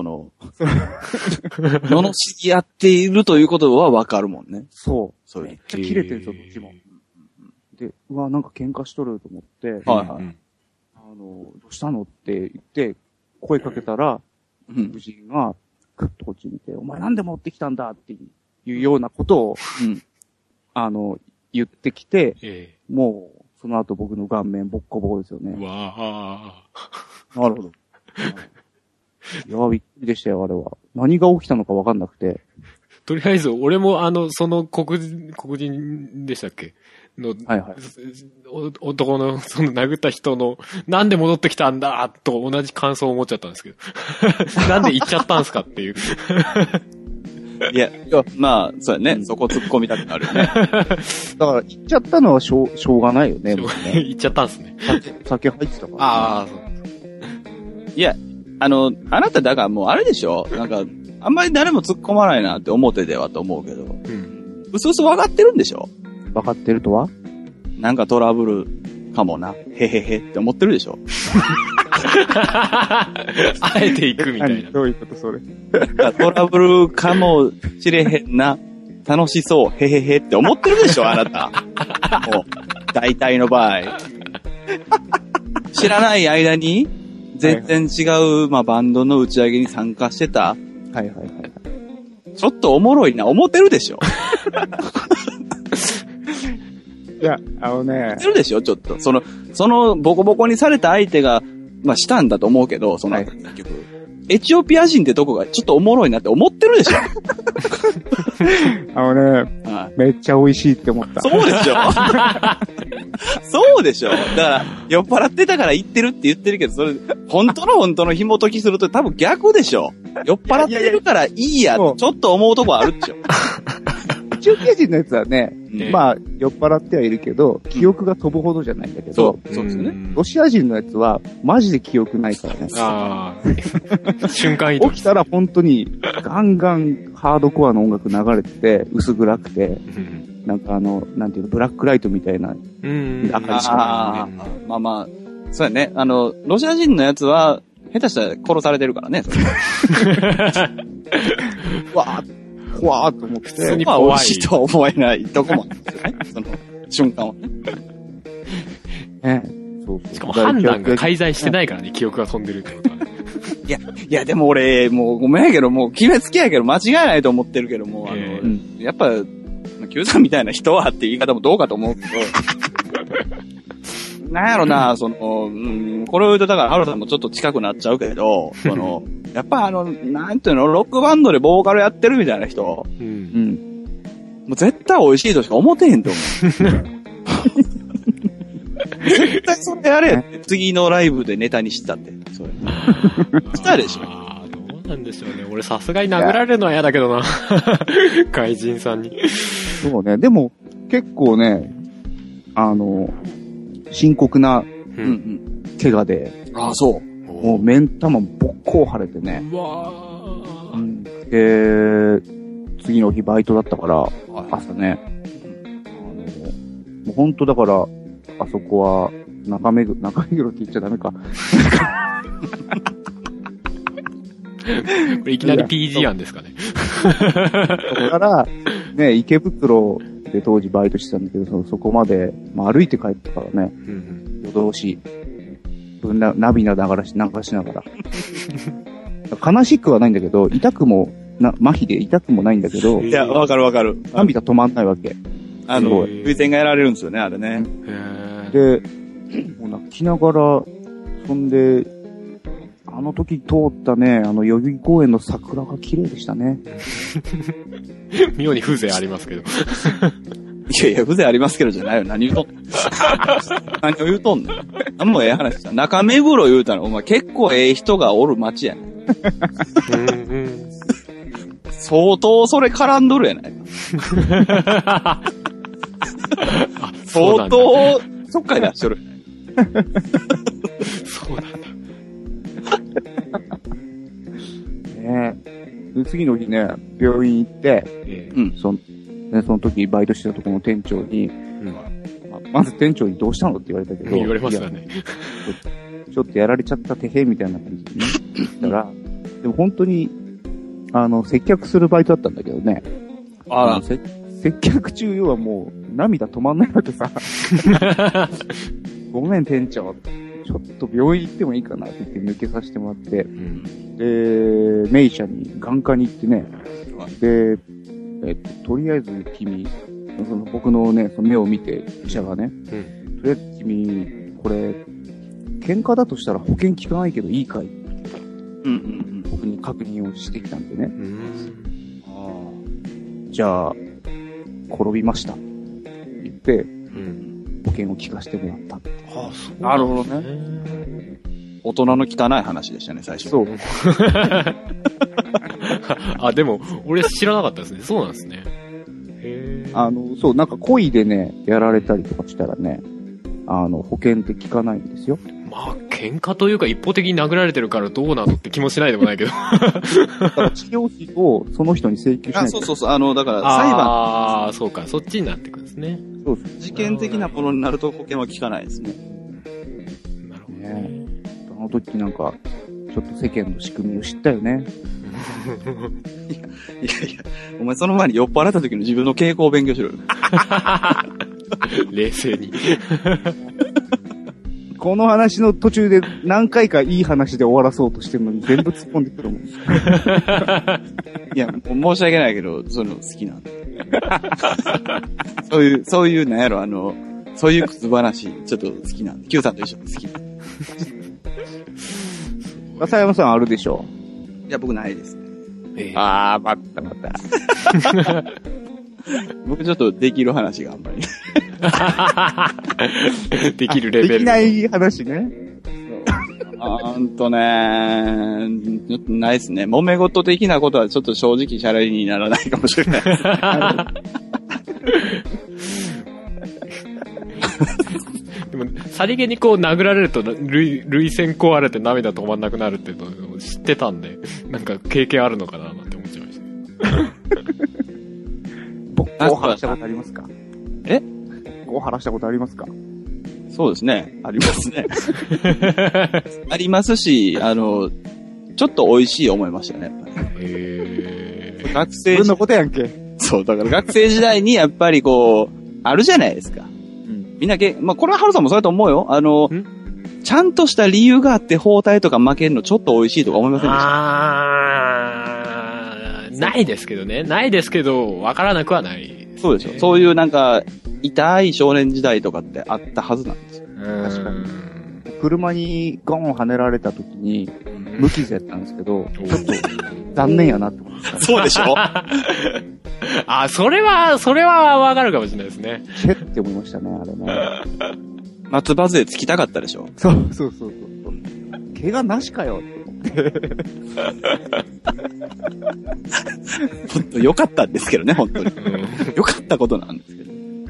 罵り合っているということはわかるもんね。 そう。めっちゃキレてるんですよ、どっちも。で、うわ、なんか喧嘩しとると思って、どうしたのって言って、声かけたら、夫人が、ぐっとこっち見て、お前なんで持ってきたんだっていうようなことを、言ってきて、もう、その後僕の顔面ボッコボコですよね。 わー。なるほど。いや、びっくりでしたよ、あれは。何が起きたのか分かんなくて。 とりあえず、俺もその黒人でしたっけの、男の、その殴った人の、なんで戻ってきたんだと同じ感想を持っちゃったんですけど。なんで行っちゃったんすかっていう。 いや、まあ、そうやね。そこ突っ込みたくなるよね。 だから、行っちゃったのはしょうがないよね。 行っちゃったんすね。 酒入ってたから、ね。 ああ、そう。 いや、あなただからもうあれでしょ？なんか、あんまり誰も突っ込まないなって表ではと思うけど。うすうす分かってるんでしょ？ 分かってるとは？ なんかトラブルかもな。へへへって思ってるでしょ？ あえて行くみたいな。 どういうことそれ？ トラブルかもしれへんな。楽しそう。へへへって思ってるでしょあなた。もう、大体の場合。知らない間に、全然違う、まあ、バンドの打ち上げに参加してた。ちょっとおもろいな。思ってるでしょいや、 思ってるでしょちょっと。その、ボコボコにされた相手が、まあ、したんだと思うけど、結局。エチオピア人ってとこがちょっとおもろいなって思ってるでしょめっちゃ美味しいって思った。 そうでしょそうでしょだから、酔っ払ってたから言ってるって言ってるけど、それ、本当の紐解きすると多分逆でしょ酔っ払ってるからいいやってちょっと思うとこあるでしょエチオピア人のやつはね、まあ、酔っ払ってはいるけど、記憶が飛ぶほどじゃないんだけど、 そうですよね。 ロシア人のやつは、マジで記憶ないからね。 ああ。瞬間移動。 起きたら本当に、ガンガンハードコアの音楽流れてて、薄暗くて、なんかなんていうの、ブラックライトみたいな、明かりしかない。 まあまあ、そうやね。ロシア人のやつは、下手したら殺されてるからね。 わー、怖ーと思って。 普通にまあ、 怖い。 美味しいとは思えないとこもあるんですよね。その瞬間はね。 そうそう。 しかも判断が介在してないからね、記憶が飛んでるってことは。 いや、でも俺、もうごめんやけど、もう決めつけやけど、間違いないと思ってるけども、やっぱ、Q さんみたいな人はって言い方もどうかと思うけど、なんやろな、これを言うとだから、ハロさんもちょっと近くなっちゃうけど、やっぱなんていうの、ロックバンドでボーカルやってるみたいな人、もう絶対美味しいとしか思ってへんと思う。絶対それやれって次のライブでネタにしたって。それ。したでしょ。 ああ、どうなんでしょうね。俺さすがに殴られるのは嫌だけどな。外人さんに。 そうね。でも、結構ね、深刻な、怪我で。 ああ、そう。 もう目ん玉ぼっこを腫れてね。 うわ次の日バイトだったから、朝ね。もうほんとだから、あそこは、中目黒って言っちゃダメか。 これいきなり PG 案ですかね。 そこから、ね、池袋で当時バイトしてたんだけど、そこまで、まあ、歩いて帰ったからね、夜通し、涙流しながら。悲しくはないんだけど、痛くも、麻痺で痛くもないんだけど、 いや、わかる。 涙止まんないわけ。 風船がやられるんですよね、あれね。 で、もう泣きながら、そんで、あの時通ったね、代々木公園の桜が綺麗でしたね。 妙に風情ありますけど。 いや、風情ありますけどじゃないよ。何言うとんの何を言うとんのあんまええ話だ。中目黒言うたら、お前結構ええ人がおる街やねん。相当それ絡んどるやないか。相当、そっかい出しとる。 そうなんだ。 ねえ。次の日ね、病院行って、その時バイトしてたところの店長に、まず店長にどうしたのって言われたけど、 言われますよね。 ちょっとやられちゃったてへみたいな感じでね、言ったら、でも本当に、接客するバイトだったんだけどね。接客中要はもう涙止まんないわけさ。ごめん店長。ちょっと病院行ってもいいかなって言って抜けさせてもらって、で、名医者に眼科に行ってね、で、とりあえず君、僕のね、その目を見て、医者がね、とりあえず君、これ、喧嘩だとしたら保険効かないけどいいかい？僕に確認をしてきたんでね。じゃあ、転びました。言って、保険を聞かせてもらった。 なるほどね。大人の汚い話でしたね、最初。 そう。 あ、でも、俺知らなかったですね。そうなんですね。 そう、なんか恋でね、やられたりとかしたらね、保険って効かないんですよ。 まあ、喧嘩というか一方的に殴られてるからどうなのって気もしないでもないけど。 だから治療費をその人に請求しないと。 そう。だから裁判。 ああ、そうか。そっちになってくるんですね。 そう事件的なものになると保険は効かないですね。 なるほどね。 あの時なんか、ちょっと世間の仕組みを知ったよね。 いや、お前その前に酔っ払った時の自分の傾向を勉強しろよ。 冷静に。 この話の途中で何回かいい話で終わらそうとしてるのに全部突っ込んでくるもん。 いや、もう申し訳ないけど、そういうの好きなんで。そういう、なんやろ、そういうくつ話、ちょっと好きなんで。Q さんと一緒に好きなんで。 笠山さんあるでしょ？ いや、僕ないですね。 あー、また。 僕ちょっとできる話があんまり。 できるレベル。 できない話ね。 ないですね。揉め事的なことはちょっと正直シャレにならないかもしれないです。 でも、さりげにこう殴られると、涙腺壊れて涙止まんなくなるってのを知ってたんで、なんか経験あるのかなって思っちゃいました。 僕、こう話したことありますか？こう話したことありますか？ そうですね。ありますね。ありますし、ちょっと美味しい思いましたね。学生自分のことやんけ。 そう、だから学生時代にやっぱりこう、あるじゃないですか。みんなまあ、これはハルさんもそうだと思うよ。ちゃんとした理由があって包帯とか負けるのちょっと美味しいとか思いませんでした？ ないですけどね。ないですけど、わからなくはない、ね。 そうでしょ。そういうなんか、痛い少年時代とかってあったはずなんですよ。 確かに。車にゴン跳ねられた時に、無傷やったんですけど、ちょっと残念やなって思った。 そうでしょ？ それはわかるかもしれないですね。 チェって思いましたね、あれね。 松葉杖つきたかったでしょ？ そう。怪我なしかよって思って。 本当良かったんですけどね、本当に。良かったことなんですけど。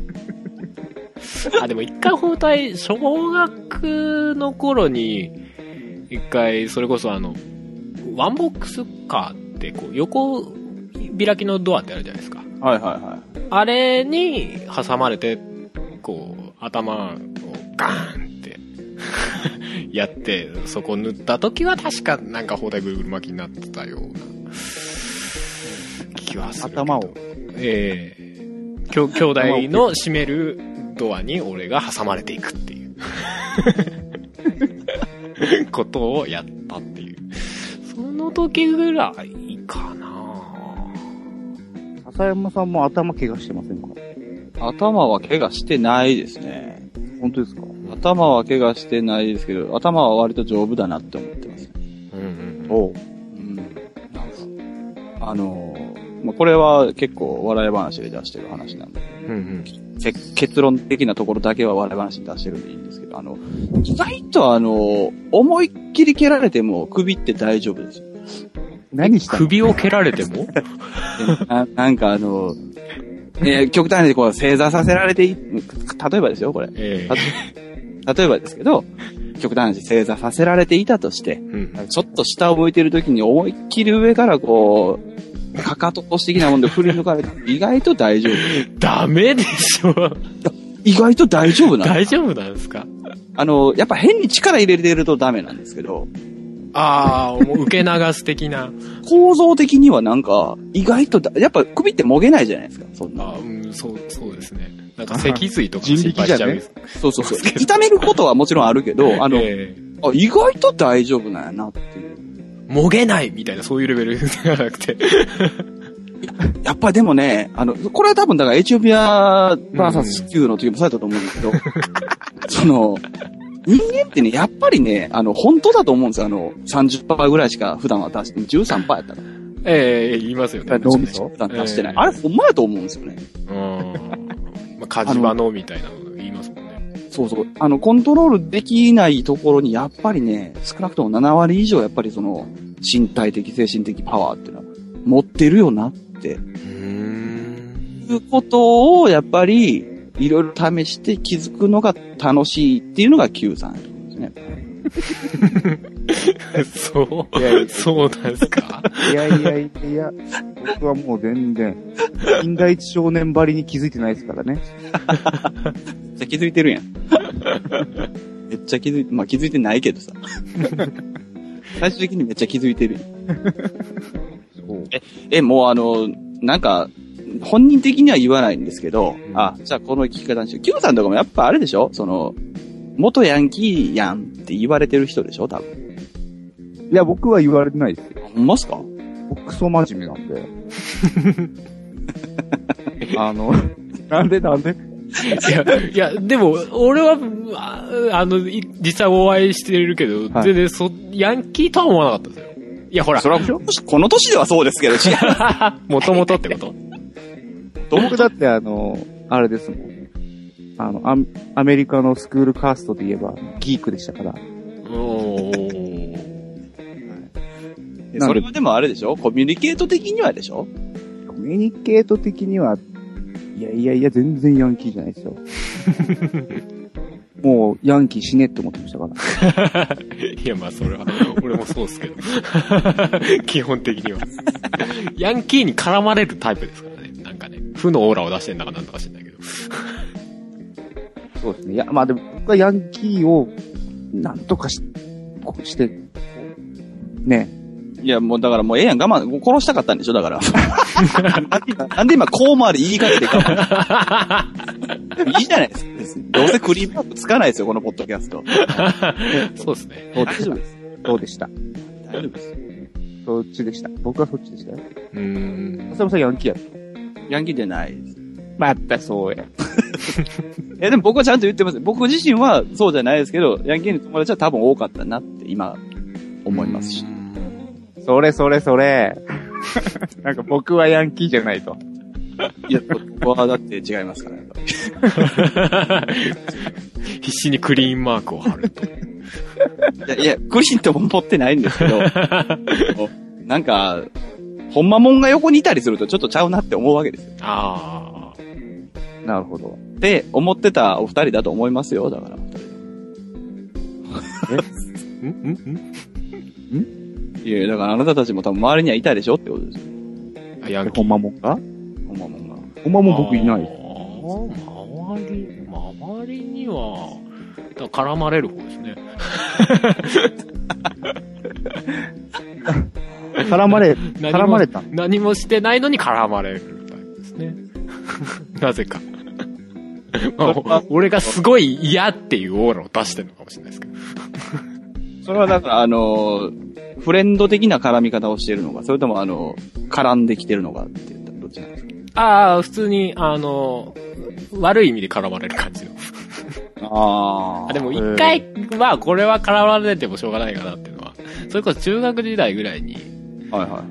でも一回包帯、小学の頃に、一回、それこそワンボックスカーって、こう、横開きのドアってあるじゃないですか。 はい。 あれに挟まれて、こう、頭をガーンってやって、そこ塗った時は確かなんか包帯ぐるぐる巻きになってたような気はするけど。 頭を。 兄弟の閉めるドアに俺が挟まれていくっていうことをやったっていう。その時ぐらいかな。 笹山さんも頭怪我してませんか？ 頭は怪我してないですね。 本当ですか？ 頭は怪我してないですけど、頭は割と丈夫だなって思ってます。まあ、これは結構笑い話で出してる話なんで、結論的なところだけは笑い話に出してるんでいいんですけど、意外と思いっきり蹴られても首って大丈夫ですよ。 何したの？ 首を蹴られてもなんか極端にこう正座させられて例えばですよ、これ。例えばですけど、極端に正座させられていたとして、ちょっと下を向いてる時に思いっきり上からこう、かかと腰的なもんで振り抜かれて、意外と大丈夫。 ダメでしょ。 意外と大丈夫なん大丈夫なんですか？ やっぱ変に力入れてるとダメなんですけど。 もう受け流す的な。 構造的にはなんか、意外とやっぱ首ってもげないじゃないですか、そんな。 そうですね。なんか脊髄とか心配しちゃう。 そう。痛めることはもちろんあるけど、意外と大丈夫なんやなっていう。 もげないみたいな、そういうレベルじゃなくて。 やっぱでもね、これは多分だからエチオピア VS Q の時もそうやったと思うんですけど、人間ってね、やっぱりね、本当だと思うんですよ。30% ぐらいしか普段は出して、13% やったら。 言いますよね。 脳みそ普段出してない。あれ、ほんまやと思うんですよね。 火事場のみたいなの言いますもんね。 そう。コントロールできないところに、やっぱりね、少なくとも7割以上、やっぱり身体的、精神的パワーっていうのは、持ってるよなって。いうことを、やっぱり、いろいろ試して気づくのが楽しいっていうのが Q さんですね。 そうなんですか？ いや、僕はもう全然、金田一少年ばりに気づいてないですからね。 めっちゃ気づいてるやん。めっちゃ気づいてないけどさ。最終的にめっちゃ気づいてる。もうなんか、本人的には言わないんですけど、じゃあこの聞き方にしよう。Q さんとかもやっぱあれでしょ？元ヤンキーやんって言われてる人でしょ？多分。 いや、僕は言われてないですよ。 ほんますか？ 僕クソ真面目なんで。なんでいや、でも、俺は、実際お会いしてるけど、全然ヤンキーとは思わなかったですよ。いや、ほら。 それは、この年ではそうですけど、違う。 もともとってこと僕だって、あれですもん。アメリカのスクールカーストで言えば、ギークでしたから。 それはでもあれでしょ？コミュニケート的にはでしょ？ コミュニケート的には、 いや、全然ヤンキーじゃないですよ。もう、ヤンキー死ねって思ってましたから。 いや、まあ、それは、俺もそうですけど。基本的には。ヤンキーに絡まれるタイプですからね。なんかね、負のオーラを出してんだかなんだか知んないけど。 そうですね。いや、まあでも、僕はヤンキーを、なんとかして、ね。 いや、もうだからもうええやん、我慢、殺したかったんでしょだから。なんで今こうまで言いかけて我慢。いいじゃないですか。どうせクリームアップつかないですよ、このポッドキャスト。 そうですね。 大丈夫です。そうでした。 大丈夫です。 そっちでした。僕はそっちでしたよ。 浅山さんヤンキーやった。 ヤンキーじゃないです。 またそうや。 でも僕はちゃんと言ってます。僕自身はそうじゃないですけど、ヤンキーの友達は多分多かったなって今思いますし。 それ。なんか僕はヤンキーじゃないと。 いや、僕はだって違いますからね。 必死にクリーンマークを貼ると。 いや、クリーンとも持ってないんですけど、なんか、ほんまもんが横にいたりするとちょっとちゃうなって思うわけですよ。 ああ。なるほど。 って思ってたお二人だと思いますよ、だから。いや、だからあなたたちも多分周りにはいたでしょってことですよ。 あ。ヤンキー。 ほんまもんがほんまもんが。 ほんまもん僕いないです。 周りには、だから絡まれる方ですね。 絡まれた。 何もしてないのに絡まれるタイプですね。なぜか。まあ、俺がすごい嫌っていうオーラを出してるのかもしれないですけど。 それはだからフレンド的な絡み方をしているのか、それとも絡んできてるのかって言ったらどっちなんですか？ ああ、普通に、悪い意味で絡まれる感じの。でも一回、まあこれは絡まれてもしょうがないかなっていうのは、それこそ中学時代ぐらいに、 はいはい。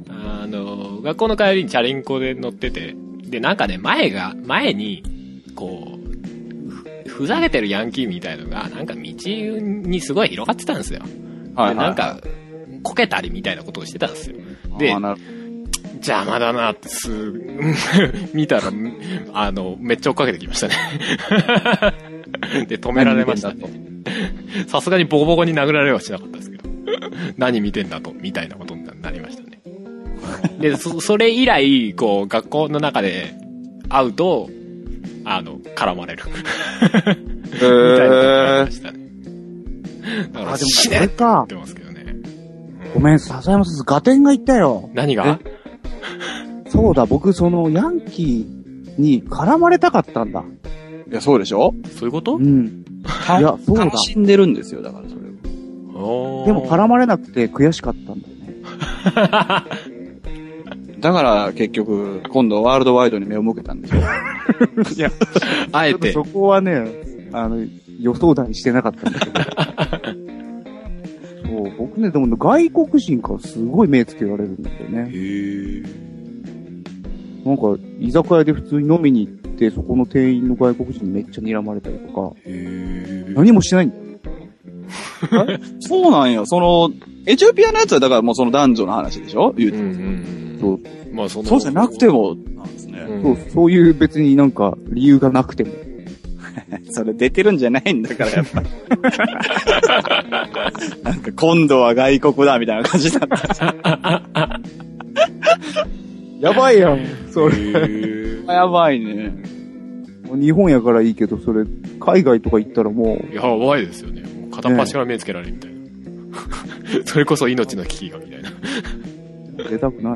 学校の帰りにチャリンコで乗ってて、で、なんかね、前に、こう、ふざけてるヤンキーみたいのが、なんか道にすごい広がってたんですよ。 はいはいはい、 で、なんか、こけたりみたいなことをしてたんですよ。で、邪魔だなって見たら、めっちゃ追っかけてきましたね。で、止められましたね。さすがにボコボコに殴られはしなかったですけど。何見てんだと、みたいなことになりましたね。で、それ以来、こう、学校の中で会うと、絡まれる。みたいなことになりましたね。だから、死ねって言ってますけどね。 ごめん、笹山さん、ガテンが言ったよ。 何が？ そうだ、僕、ヤンキーに絡まれたかったんだ。 いや、そうでしょ？ そういうこと？ うん。いや、そうだ。 楽しんでるんですよ、だからそれを。でも絡まれなくて悔しかったんだよね。だから結局、今度ワールドワイドに目を向けたんでしょ。 いや、 あえて。 そこはね、予想だにしてなかったんだけど。そう、僕ね、でも外国人からすごい目つけられるんだよね。なんか、居酒屋で普通に飲みに行って、そこの店員の外国人にめっちゃ睨まれたりとか、何もしないんだよ。 そうなんや。エチオピアのやつはだからもうその男女の話でしょ？言うて。 そう。 まあそうじゃなくても、なんですね。 そういう別になんか理由がなくても。 それ出てるんじゃないんだから、やっぱ。なんか今度は外国だみたいな感じだった。 やばいやん、それ。 やばいね。 日本やからいいけど、それ、海外とか行ったらもう。 やばいですよね。もう片っ端から目つけられるみたいな。それこそ命の危機がみたいな。 出たくない。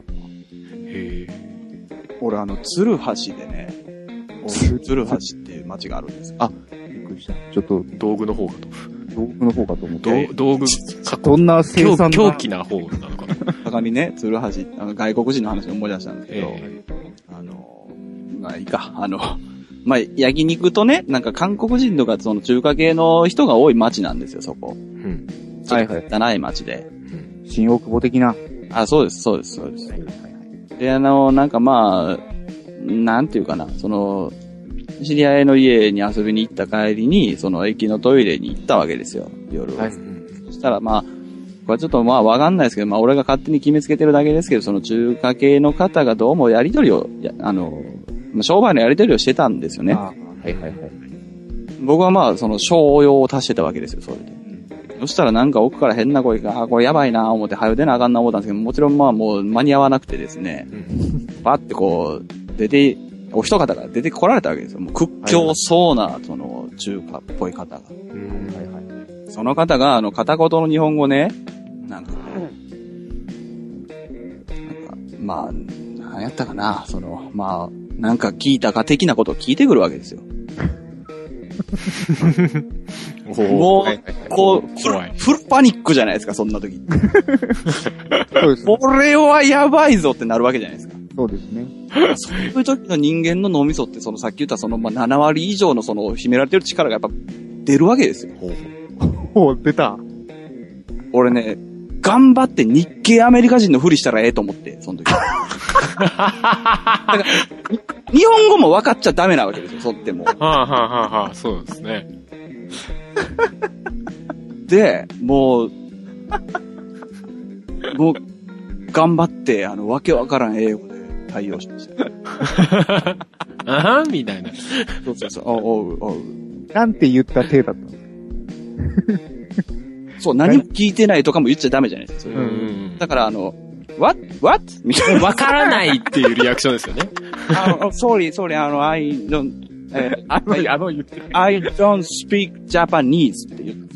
俺鶴橋でね、鶴橋っていう街があるんですよ。 あ、びっくりした。ちょっと、 道具の方かと。 道具の方かと思って。 道具、 どんな生産狂気な方なのかな。 他にね、鶴橋、外国人の話を思い出したんですけど、まあいいか、まあ、焼肉とね、なんか韓国人とかその中華系の人が多い街なんですよ、そこ。うん。はいはい。汚い街で。 新大久保的な。 あ、そうです、そうです、そうです。で、なんかまあ、なんていうかな、知り合いの家に遊びに行った帰りに、駅のトイレに行ったわけですよ、夜。はい。そしたらまあ、これはちょっとまあわかんないですけど、まあ俺が勝手に決めつけてるだけですけど、その中華系の方がどうもやりとりを、 商売のやり取りをしてたんですよね。 はいはいはい。 僕はまあ、その商用を足してたわけですよ、それで。そしたらなんか奥から変な声が、これやばいなぁ思って、早出なあかんな思ったんですけど、もちろんまあもう間に合わなくてですね、バッてこう、お一方が出てこられたわけですよ。もう屈強そうな、その、中華っぽい方が。はいはい。その方が、片言の日本語ね、まあ、何やったかな、まあ、なんか聞いたか的なことを聞いてくるわけですよ。もう、こう、フルパニックじゃないですか、そんな時。 そうです。 これはやばいぞってなるわけじゃないですか。 そうですね。 そういう時の人間の脳みそって、さっき言ったまあ、7割以上の秘められてる力がやっぱ出るわけですよ。 出た。 俺ね、頑張って日系アメリカ人のふりしたらええと思って、その時。だから日本語も分かっちゃダメなわけですよ、そっても。 そうですね。 で、もう、頑張って、わけわからん英語で対応しました。 みたいな。 そう。おう。 なんて言った体だったの？ そう、何も聞いてないとかも言っちゃダメじゃないですか。だからwhat? みたいな。 わからないっていうリアクションですよね。 sorry, I don't, I don't speak Japanese って言って。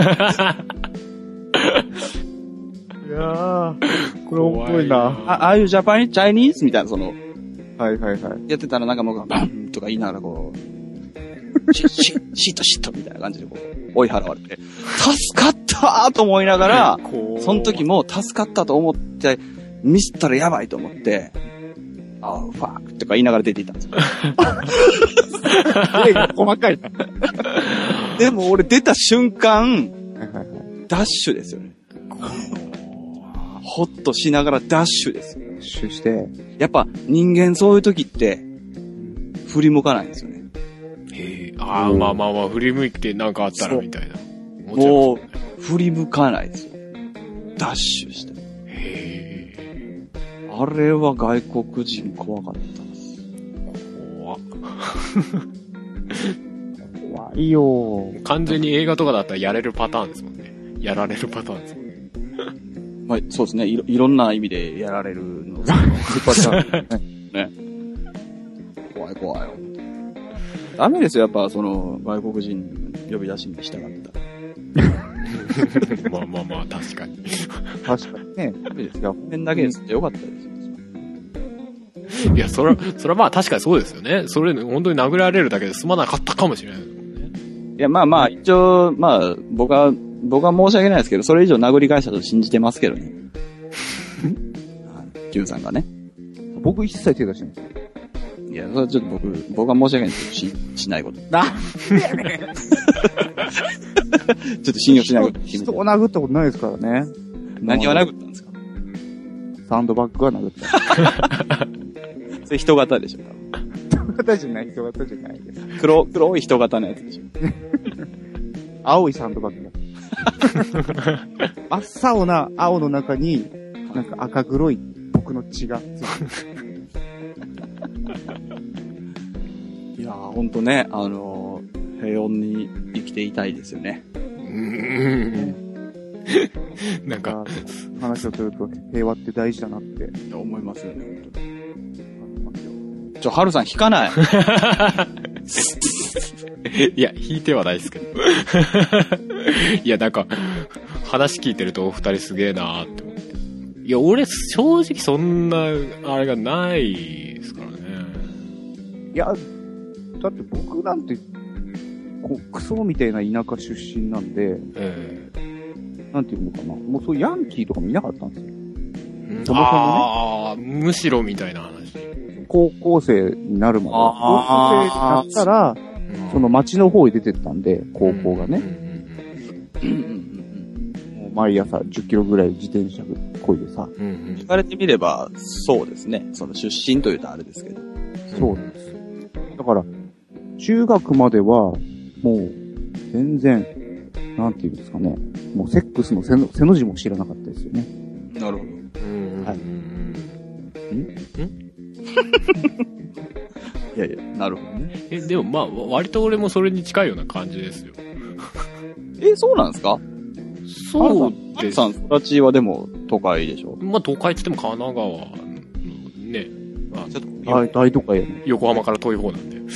いやー、これ面白いな。 Are you Chinese? みたいな、 はいはいはい。 やってたらなんかもう、バンとか言いながらこう、シットみたいな感じでこう、追い払われて、助かったーと思いながら、その時も助かったと思って、ミスったらやばいと思って、ファークとか言いながら出ていったんですよ。 細かいな。 でも俺出た瞬間、ダッシュですよね。ホッとしながらダッシュですよ。 ダッシュして。 やっぱ人間そういう時って、振り向かないんですよね。 まあ、振り向いてなんかあったらみたいな。 もう、振り向かないですよ。ダッシュして。あれは外国人怖かったです。 怖いよ。 完全に映画とかだったらやれるパターンですもんね。やられるパターンですもんね。 まあ、そうですね。いろんな意味でやられるの。パターンね。怖い。ダメですよ、やっぱ外国人呼び出しに従ってたら。 まあ、確かに。 確かにね。 ダメですよ。変だけですってよかったですよ。いや、それはまあ確かにそうですよね。それ、本当に殴られるだけで済まなかったかもしれないですもんね。 いや、まあ、一応、まあ、僕は申し訳ないですけど、それ以上殴り返したと信じてますけどね。Q さんがね。 僕一切手出しないです。 いや、それはちょっと僕は申し訳ないですけど、しないこと。ちょっと信用しないこと。 人を殴ったことないですからね。 何を殴ったんですか？ サンドバッグは殴った。 それ人型でしょ？ 人型じゃないです。 黒い人型のやつでしょ？ 青いサンドバッグだ。真っ青な青の中に、なんか赤黒い僕の血がついてる。 いやー、ほんとね、平穏に生きていたいですよね。 なんか、 話をすると平和って大事だなって思いますよね、本当に。ハルさん弾かない。 いや、弾いてはないですけど。いや、なんか、話聞いてるとお二人すげえなーって思って。いや、俺、正直そんな、あれがないですからね。 いや、だって僕なんて、クソみたいな田舎出身なんで、なんていうのかな。もうそういうヤンキーとかもいなかったんですよ。そもそもね。 むしろみたいな話。 高校生になるまで。高校生になったら、その町の方に出てったんで、高校がね。もう毎朝10キロぐらい自転車こいでさ。 聞かれてみれば、そうですね。その出身というとあれですけど。 そうなんです。だから、中学までは、もう、全然、なんていうんですかね。もうセックスの背の字も知らなかったですよね。 なるほど。はい。いやいや、なるほどね。 でもまあ、割と俺もそれに近いような感じですよ。 そうなんですか？ そうです。 さん育ちはでも都会でしょ？ まあ、都会って言っても神奈川のね、まあ、ちょっと大都会やね。 横浜から遠い方なんで。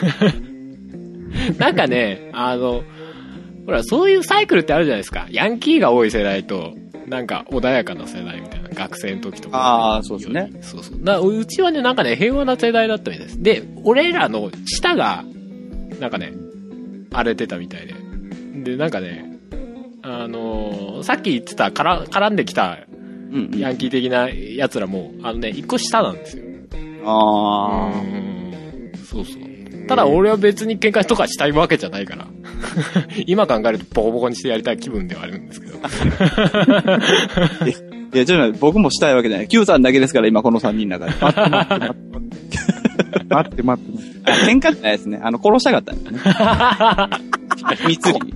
なんかね、ほら、そういうサイクルってあるじゃないですか。ヤンキーが多い世代と、なんか穏やかな世代みたいな、学生の時とか。 ああ、そうですね。 そうそう。うちはね、なんかね、平和な世代だったみたいです。で、俺らの舌が、なんかね、荒れてたみたいで。で、なんかね、さっき言ってた、絡んできた、ヤンキー的な奴らも、一個下なんですよ。 ああ。 そうそう。ただ俺は別に喧嘩とかしたいわけじゃないから。今考えるとボコボコにしてやりたい気分ではあるんですけど。 いや、ちょっと待って、僕もしたいわけじゃない。Q さんだけですから、今この3人の中で。 待って。 喧嘩じゃないですね。殺したかったんですね。密裏に。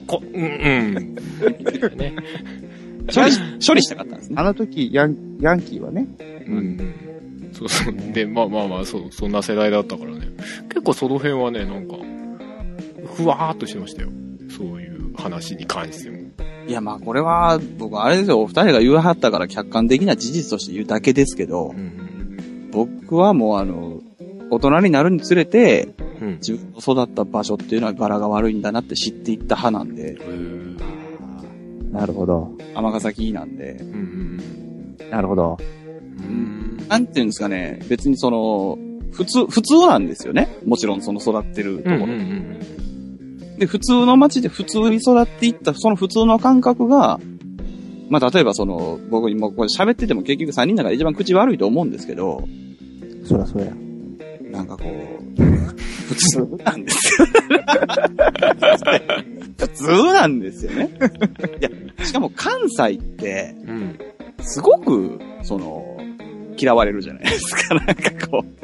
ね。 処理したかったんですね。 あの時、ヤンキーはね。 そうそう。で、まあ、そんな世代だったからね。結構その辺はね、なんか、ふわーっとしてましたよ。そういう話に関しても。 いや、まあこれは、僕あれですよ、お二人が言わはったから客観的な事実として言うだけですけど、僕はもう大人になるにつれて、自分の育った場所っていうのは柄が悪いんだなって知っていった派なんで。 なるほど。 尼崎なんで。 なるほど。 なんていうんですかね、別に普通なんですよね。もちろんその育ってるところ。で、普通の街で普通に育っていった、その普通の感覚が、まあ、例えば僕今これ喋ってても結局3人の中で一番口悪いと思うんですけど、 そらそうや。 なんかこう、普通なんですよ。普通なんですよね。いや、しかも関西って、すごく、嫌われるじゃないですか、なんかこう。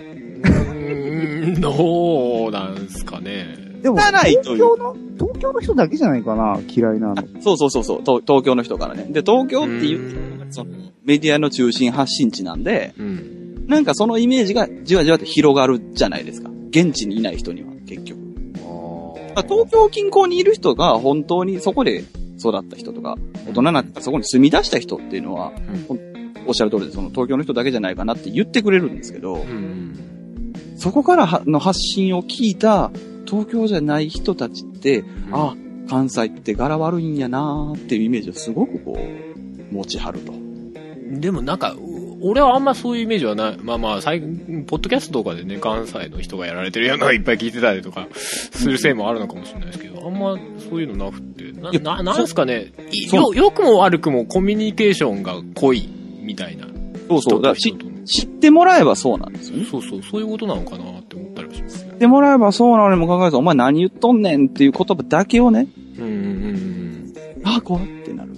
どうなんすかね。 でも、東京の人だけじゃないかな、嫌いなの。 そう、東京の人からね。で、東京っていう、メディアの中心発信地なんで、なんかそのイメージがじわじわと広がるじゃないですか。現地にいない人には、結局。東京近郊にいる人が本当にそこで育った人とか、大人になってそこに住み出した人っていうのは、おっしゃる通りで、東京の人だけじゃないかなって言ってくれるんですけど、そこからの発信を聞いた東京じゃない人たちって、関西って柄悪いんやなーっていうイメージをすごくこう、持ちはると。 でもなんか、俺はあんまそういうイメージはない。まあ、最近、ポッドキャストとかでね、関西の人がやられてるようなのいっぱい聞いてたりとか、するせいもあるのかもしれないですけど、あんまそういうのなくて。なんですかね、良くも悪くもコミュニケーションが濃いみたいな。 そうだ、知ってもらえばそうなんですよね。 そういうことなのかなって思ったりします、ね。 知ってもらえばそうなのにもかかわらず、お前何言っとんねんっていう言葉だけをね、怖ってなる。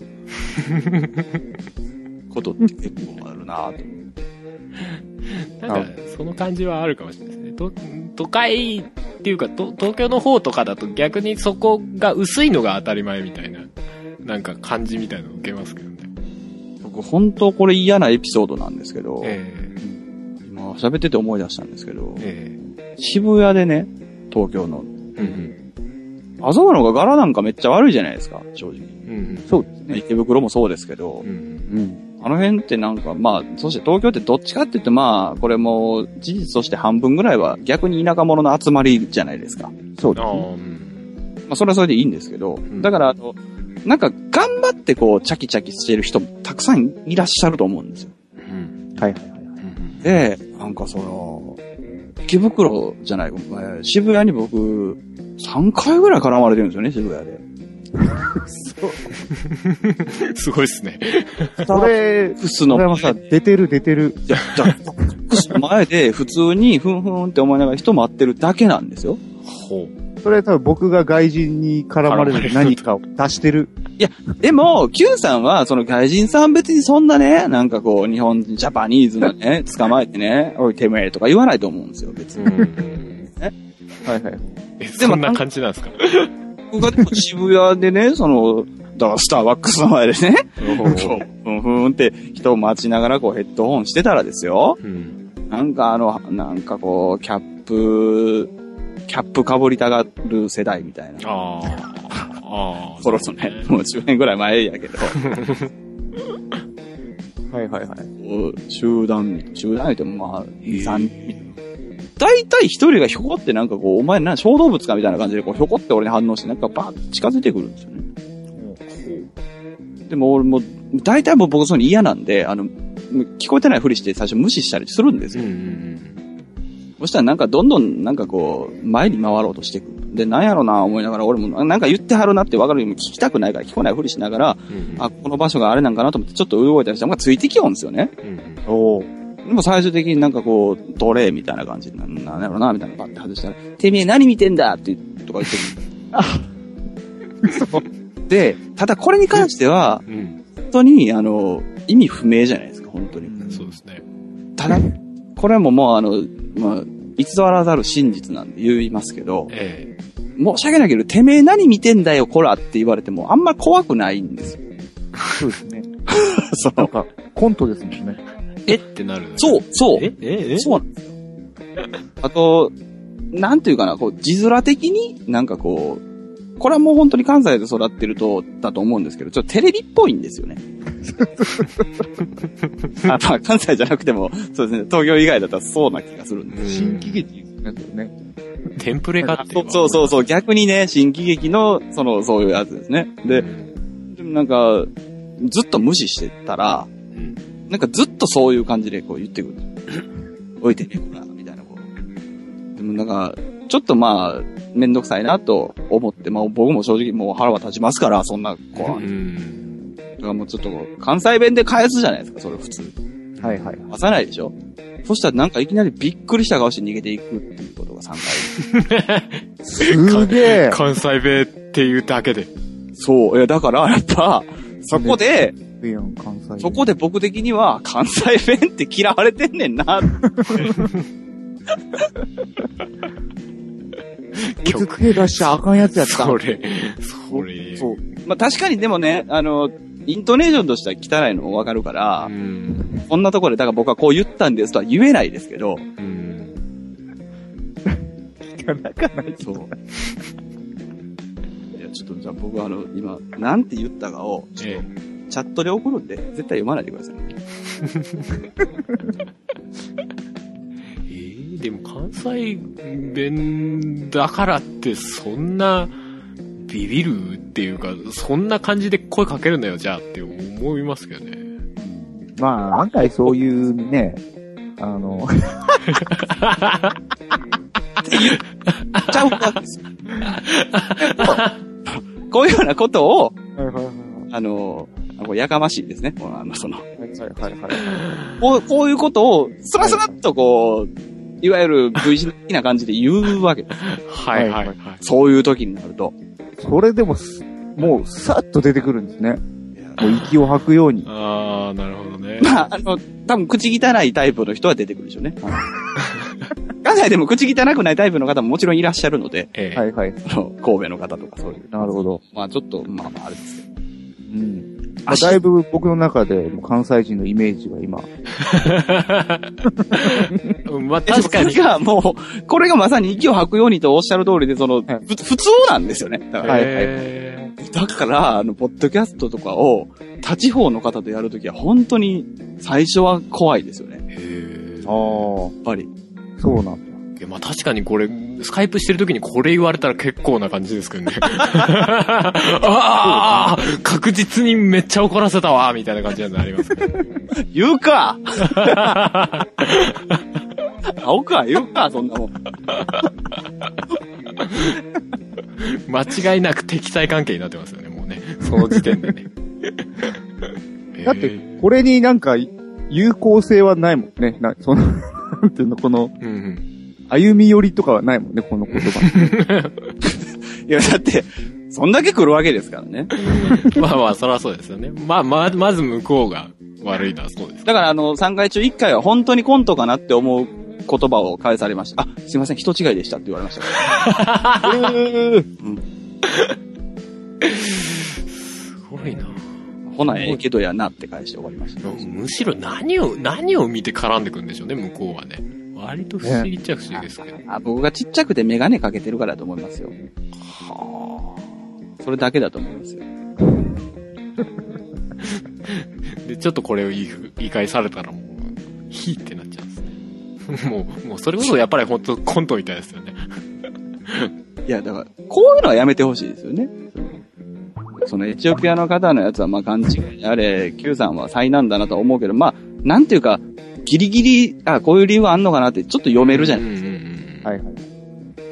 ことって結構あるなぁと思って。 なんか、その感じはあるかもしれないですね。都会っていうか、東京の方とかだと逆にそこが薄いのが当たり前みたいな、なんか感じみたいなのを受けますけどね。 僕本当これ嫌なエピソードなんですけど、今喋ってて思い出したんですけど、渋谷でね、東京の、あそこの方が柄なんかめっちゃ悪いじゃないですか、正直。 そうですね。 池袋もそうですけど、あの辺ってなんか、そして東京ってどっちかって言ってこれも事実として半分ぐらいは逆に田舎者の集まりじゃないですか。 そうですね。 それはそれでいいんですけど、だからなんか頑張ってこう、チャキチャキしてる人もたくさんいらっしゃると思うんですよ。で、なんか池袋じゃない、渋谷に僕、3回ぐらい絡まれてるんですよね、渋谷で。 すごいっすね。 これ、これはさ、出てる。 いや、じゃあ、前で普通にふんって思いながら人待ってるだけなんですよ。 それ多分僕が外人に絡まれる何かを出してる。 いや、でも、Q さんは、外人さん別にそんなね、なんかこう、日本人、ジャパニーズのね、捕まえてね、おいてめえとか言わないと思うんですよ、別に。 そんな感じなんですか？ 僕が渋谷でね、だからスターバックスの前でね、ふんって人を待ちながらこうヘッドホンしてたらですよ。なんかなんかこう、キャップ被りたがる世代みたいな。 ああ。 そろそろね、もう10年ぐらい前やけど。 はいはいはい。 集団ってまあ、2、3人。大体一人がひょこってなんかこう、お前小動物かみたいな感じでこう、ひょこって俺に反応してなんかバーッと近づいてくるんですよね。でも俺も、大体もう僕そういうの嫌なんで、聞こえてないふりして最初無視したりするんですよ。そしたらなんかどんどんなんかこう、前に回ろうとしてくる。で、なんやろな思いながら俺もなんか言ってはるなって分かるように聞きたくないから聞こえないふりしながら、あ、この場所があれなんかなと思ってちょっと動いたりして、なんかついてきようんですよね。でも最終的になんかこう、奴隷みたいな感じになんやろなみたいなバッて外したら、てめえ何見てんだってとか言ってる。で、ただこれに関しては、本当に意味不明じゃないですか、本当に。 そうですね。 ただ、これももうまあ、偽らざる真実なんで言いますけど、申し訳ないけど、てめえ何見てんだよ、こらって言われても、あんま怖くないんですよ。 そうですね。 そう。 なんか、コントですもんね。 ってなる。 そう。 そうなんですよ。あと、なんていうかな、こう、字面的になんかこう、これはもう本当に関西で育ってると、だと思うんですけど、ちょっとテレビっぽいんですよね。まあ、関西じゃなくても、そうですね、東京以外だったらそうな気がするんです。 新喜劇ですね。 テンプレかっていう。 そう、逆にね、新喜劇の、そういうやつですね。でもなんか、ずっと無視してたら、なんかずっとそういう感じでこう言ってくる。置いてね、こら、みたいなこう。でもなんか、ちょっとまあ、めんどくさいなと思って、まあ僕も正直もう腹は立ちますから、そんな子は。だからもうちょっとこう、関西弁で返すじゃないですか、それ普通。 はいはい。 返さないでしょ？そしたらなんかいきなりびっくりした顔して逃げていくっていうことが3回。 すげえ。 関西弁っていうだけで。 そう。いや、だからやっぱ、そこで僕的には関西弁って嫌われてんねんな。 曲手出しちゃあかんやつやった。 それ。 そう。まあ確かにでもね、イントネーションとしては汚いのもわかるから、こんなところで、だから僕はこう言ったんですとは言えないですけど、 汚かない。 そう。いや、ちょっとじゃあ僕今、なんて言ったかを、ちょっと、チャットで送るんで、絶対読まないでください。 でも関西弁だからってそんなビビるっていうか、そんな感じで声かけるんだよ、じゃあって思いますけどね。 まあ、案外そういうね、 って言っちゃうわけですよ。こういうようなことを、やかましいですね。こういうことを、スラスラっとこう、いわゆる V 字的な感じで言うわけです。 はい。 そういう時になると。 それでも、もう、さっと出てくるんですね。もう息を吐くように。 ああ、なるほどね。 まあ、多分口汚いタイプの人は出てくるでしょうね。関西でも口汚くないタイプの方ももちろんいらっしゃるので。 はいはい。 神戸の方とかそういう。 なるほど。 まあちょっと、まああれですけど。 だいぶ僕の中で関西人のイメージが今。 まあ確かに。もう、これがまさに息を吐くようにとおっしゃる通りで、普通なんですよね。だから、だから、ポッドキャストとかを、他地方の方とやるときは本当に最初は怖いですよね。やっぱり。 そうなんだ。 まあ確かにこれ、スカイプしてる時にこれ言われたら結構な感じですけどね。ああ、確実にめっちゃ怒らせたわ、みたいな感じになりますね。 言うか青か言うか、そんなもん。 間違いなく敵対関係になってますよね、もうね。その時点でね。 だって、これになんか、有効性はないもんね。なんていうの、この、歩み寄りとかはないもんね、この言葉。 いや、だって、そんだけ来るわけですからね。 まあまあ、そらそうですよね。まず向こうが悪いのはそうです。 だから3回中1回は本当にコントかなって思う言葉を返されました。あ、すいません、人違いでしたって言われました。 すごいな。 ほな、ええけどやなって返して終わりました。 むしろ何を見て絡んでくんでしょうね、向こうはね。 割と不思議っちゃ不思議ですけど。 僕がちっちゃくてメガネかけてるからだと思いますよ。はあ。それだけだと思いますよ。 で、ちょっとこれを言い返されたらもう、ヒーってなっちゃうんですね。もうそれこそやっぱり本当コントみたいですよね。 いや、だから、こういうのはやめてほしいですよね。そのエチオピアの方のやつはまあ勘違い。あれ、Q さんは災難だなとは思うけど、まあ、なんていうか、ギリギリ、こういう理由はあんのかなってちょっと読めるじゃないですか。はいはい。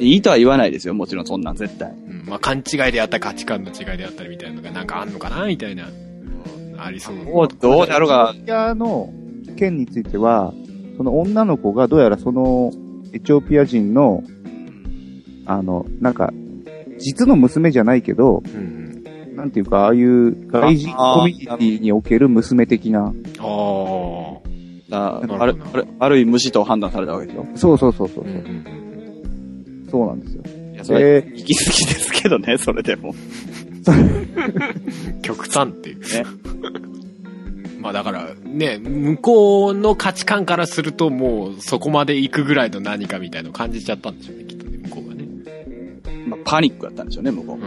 いいとは言わないですよ。もちろんそんなん絶対。 まあ勘違いであったり価値観の違いであったりみたいなのがなんかあんのかなみたいな、ありそう。 どうだろうが。 エチオピアの件については、その女の子がどうやらそのエチオピア人の、なんか、実の娘じゃないけど、なんていうか、ああいう外人コミュニティにおける娘的な。 悪い虫と判断されたわけでしょ。 そう。そうなんですよ。 いや、それ、行き過ぎですけどね、それでも。 極端っていう。ね。まあだから、ね、向こうの価値観からするともうそこまで行くぐらいの何かみたいなのを感じちゃったんでしょうね、きっとね、向こうがね。 まあ、パニックだったんでしょうね、向こう。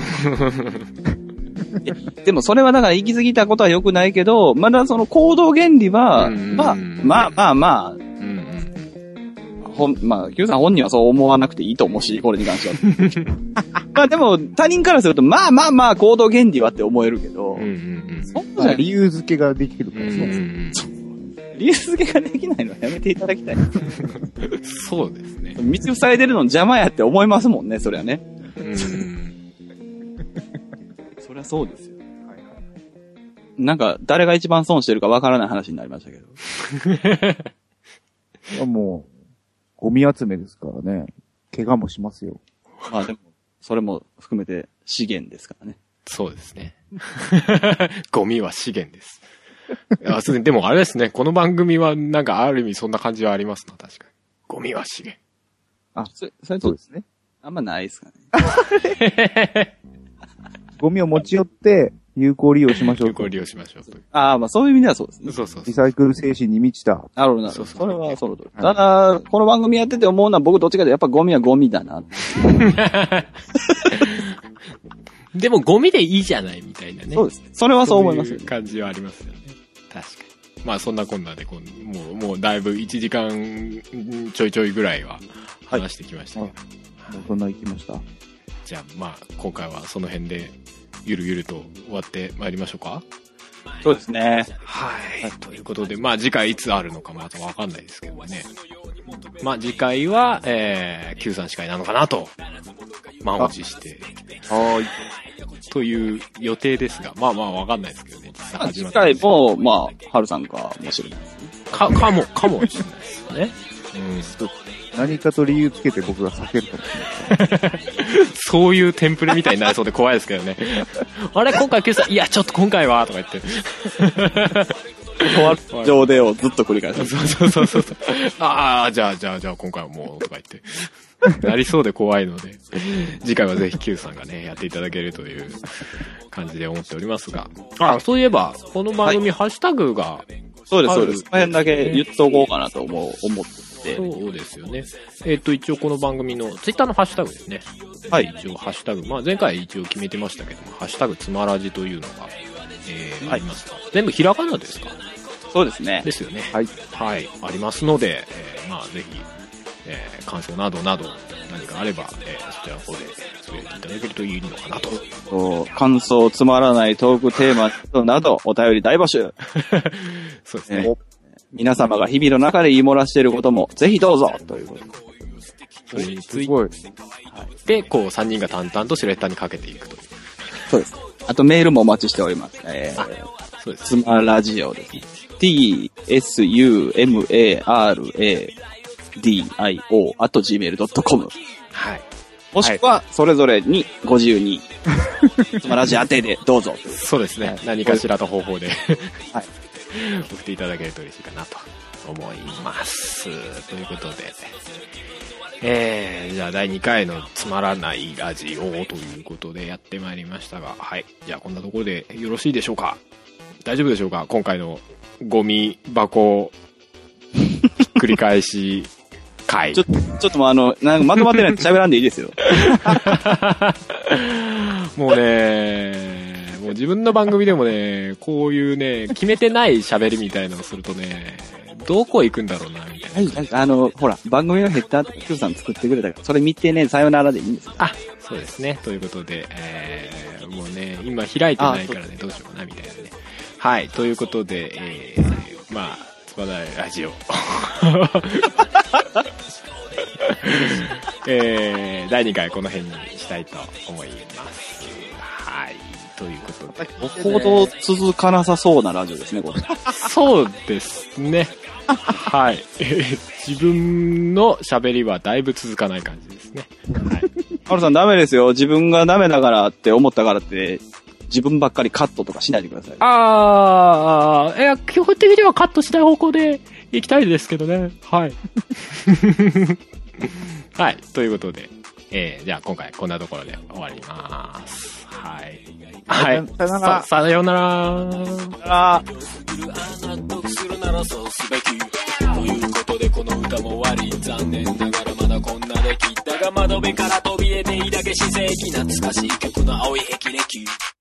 でもそれはだから行き過ぎたことは良くないけど、まだその行動原理は、まあ、Q さん本人はそう思わなくていいと思うし、これに関しては。まあでも、他人からすると、まあ、行動原理はって思えるけど、 そんな理由付けができるからね。 理由付けができないのはやめていただきたい。 そうですね。 道塞いでるの邪魔やって思いますもんね、そりゃね。そりゃそうですよ。なんか、誰が一番損してるかわからない話になりましたけど。もう、ゴミ集めですからね。怪我もしますよ。 まあでも、それも含めて資源ですからね。 そうですね。ゴミは資源です。でもあれですね、この番組はなんかある意味そんな感じはありますな、確かに。ゴミは資源。 それそうですね。あんまないですかね。ゴミを持ち寄って有効利用しましょう。 有効利用しましょう。 まあそういう意味ではそうですね。 そう。 リサイクル精神に満ちた。 なるほど。それはその通り。ただ、この番組やってて思うのは僕どっちかでやっぱゴミはゴミだな。 でもゴミでいいじゃないみたいなね。 そうです。それはそう思います。 そういう感じはありますよね。確かに。まあそんなこんなでもうだいぶ1時間ちょいちょいぐらいは話してきましたけど。 もうそんな行きました。 じゃあまあ今回はその辺でゆるゆると終わってまいりましょうか。 そうですね。 はい。ということで、まあ次回いつあるのかまだわかんないですけどね。まあ次回は、Q さん司会なのかなと、満を持して。という予定ですが、まあわかんないですけどね。実際始ま次回も、まあ、春さんかもしれないですね。 かもしれないですよね。 何かと理由つけて僕が避けるかもしれない。 そういうテンプレみたいになりそうで怖いですけどね。あれ今回Qさん、いやちょっと今回はとか言って。 上でをずっと繰り返す。 そう。じゃあ今回はもうとか言って。なりそうで怖いので、次回はぜひ Q さんがね、やっていただけるという感じで思っておりますが。そういえば、この番組、ハッシュタグが、 そうです。この辺だけ言っとこうかなと思ってて。 そうですよね。一応この番組のツイッターのハッシュタグですね。はい。一応ハッシュタグ、まあ前回一応決めてましたけども、ハッシュタグつまらじというのが、あります。全部ひらがなですか？ そうですね。 ですよね。 はい。 はい。ありますので、まあぜひ、感想など何かあれば、そちらの方でつぶやいていただけるといいのかなと。 感想、つまらないトークテーマなどお便り大募集。 そうですね。 皆様が日々の中で言い漏らしていることもぜひどうぞということで。 それについて、で、こう3人が淡々とシュレッダーにかけていくという。 そうです。あとメールもお待ちしております。 そうです。 つまラジオですね。tsumaradio@gmail.com。はい。もしくは、それぞれにご自由に、つまラジ当てでどうぞ。 そうですね。何かしらの方法で、はい。送っていただけると嬉しいかなと思います。ということで、じゃあ第2回のつまらないラジオということでやってまいりましたが、はい。じゃあこんなところでよろしいでしょうか？大丈夫でしょうか？今回のゴミ箱、繰り返し回。 ちょっともうなんかまとまってないと喋らんでいいですよ。 もう自分の番組でもね、こういうね、決めてない喋りみたいなのをするとね、どこ行くんだろうな、みたいな。 ほら、番組のヘッダーとか Q さん作ってくれたから、それ見てね、さよならでいいんですよ。 あ、そうですね。ということで、もうね、今開いてないからね、どうしようかな、みたいなね。はい、ということで、まあ、つばだラジオ。第2回この辺にしたいと思います。はい。ということで。 ほど続かなさそうなラジオですね、これ。 そうですね。はい。自分の喋りはだいぶ続かない感じですね。はい。 ハルさんダメですよ。自分がダメだからって思ったからって、自分ばっかりカットとかしないでください。 いや、基本的にはカットしない方向で行きたいですけどね。はい。はい。ということで、じゃあ今回こんなところで終わります。はい。はい。 さよなら。 さよなら。 ということでこの歌も終わり、残念ながらまだこんな出来だが窓辺から飛び出ていだけ自然に懐かしい曲の青い霹靂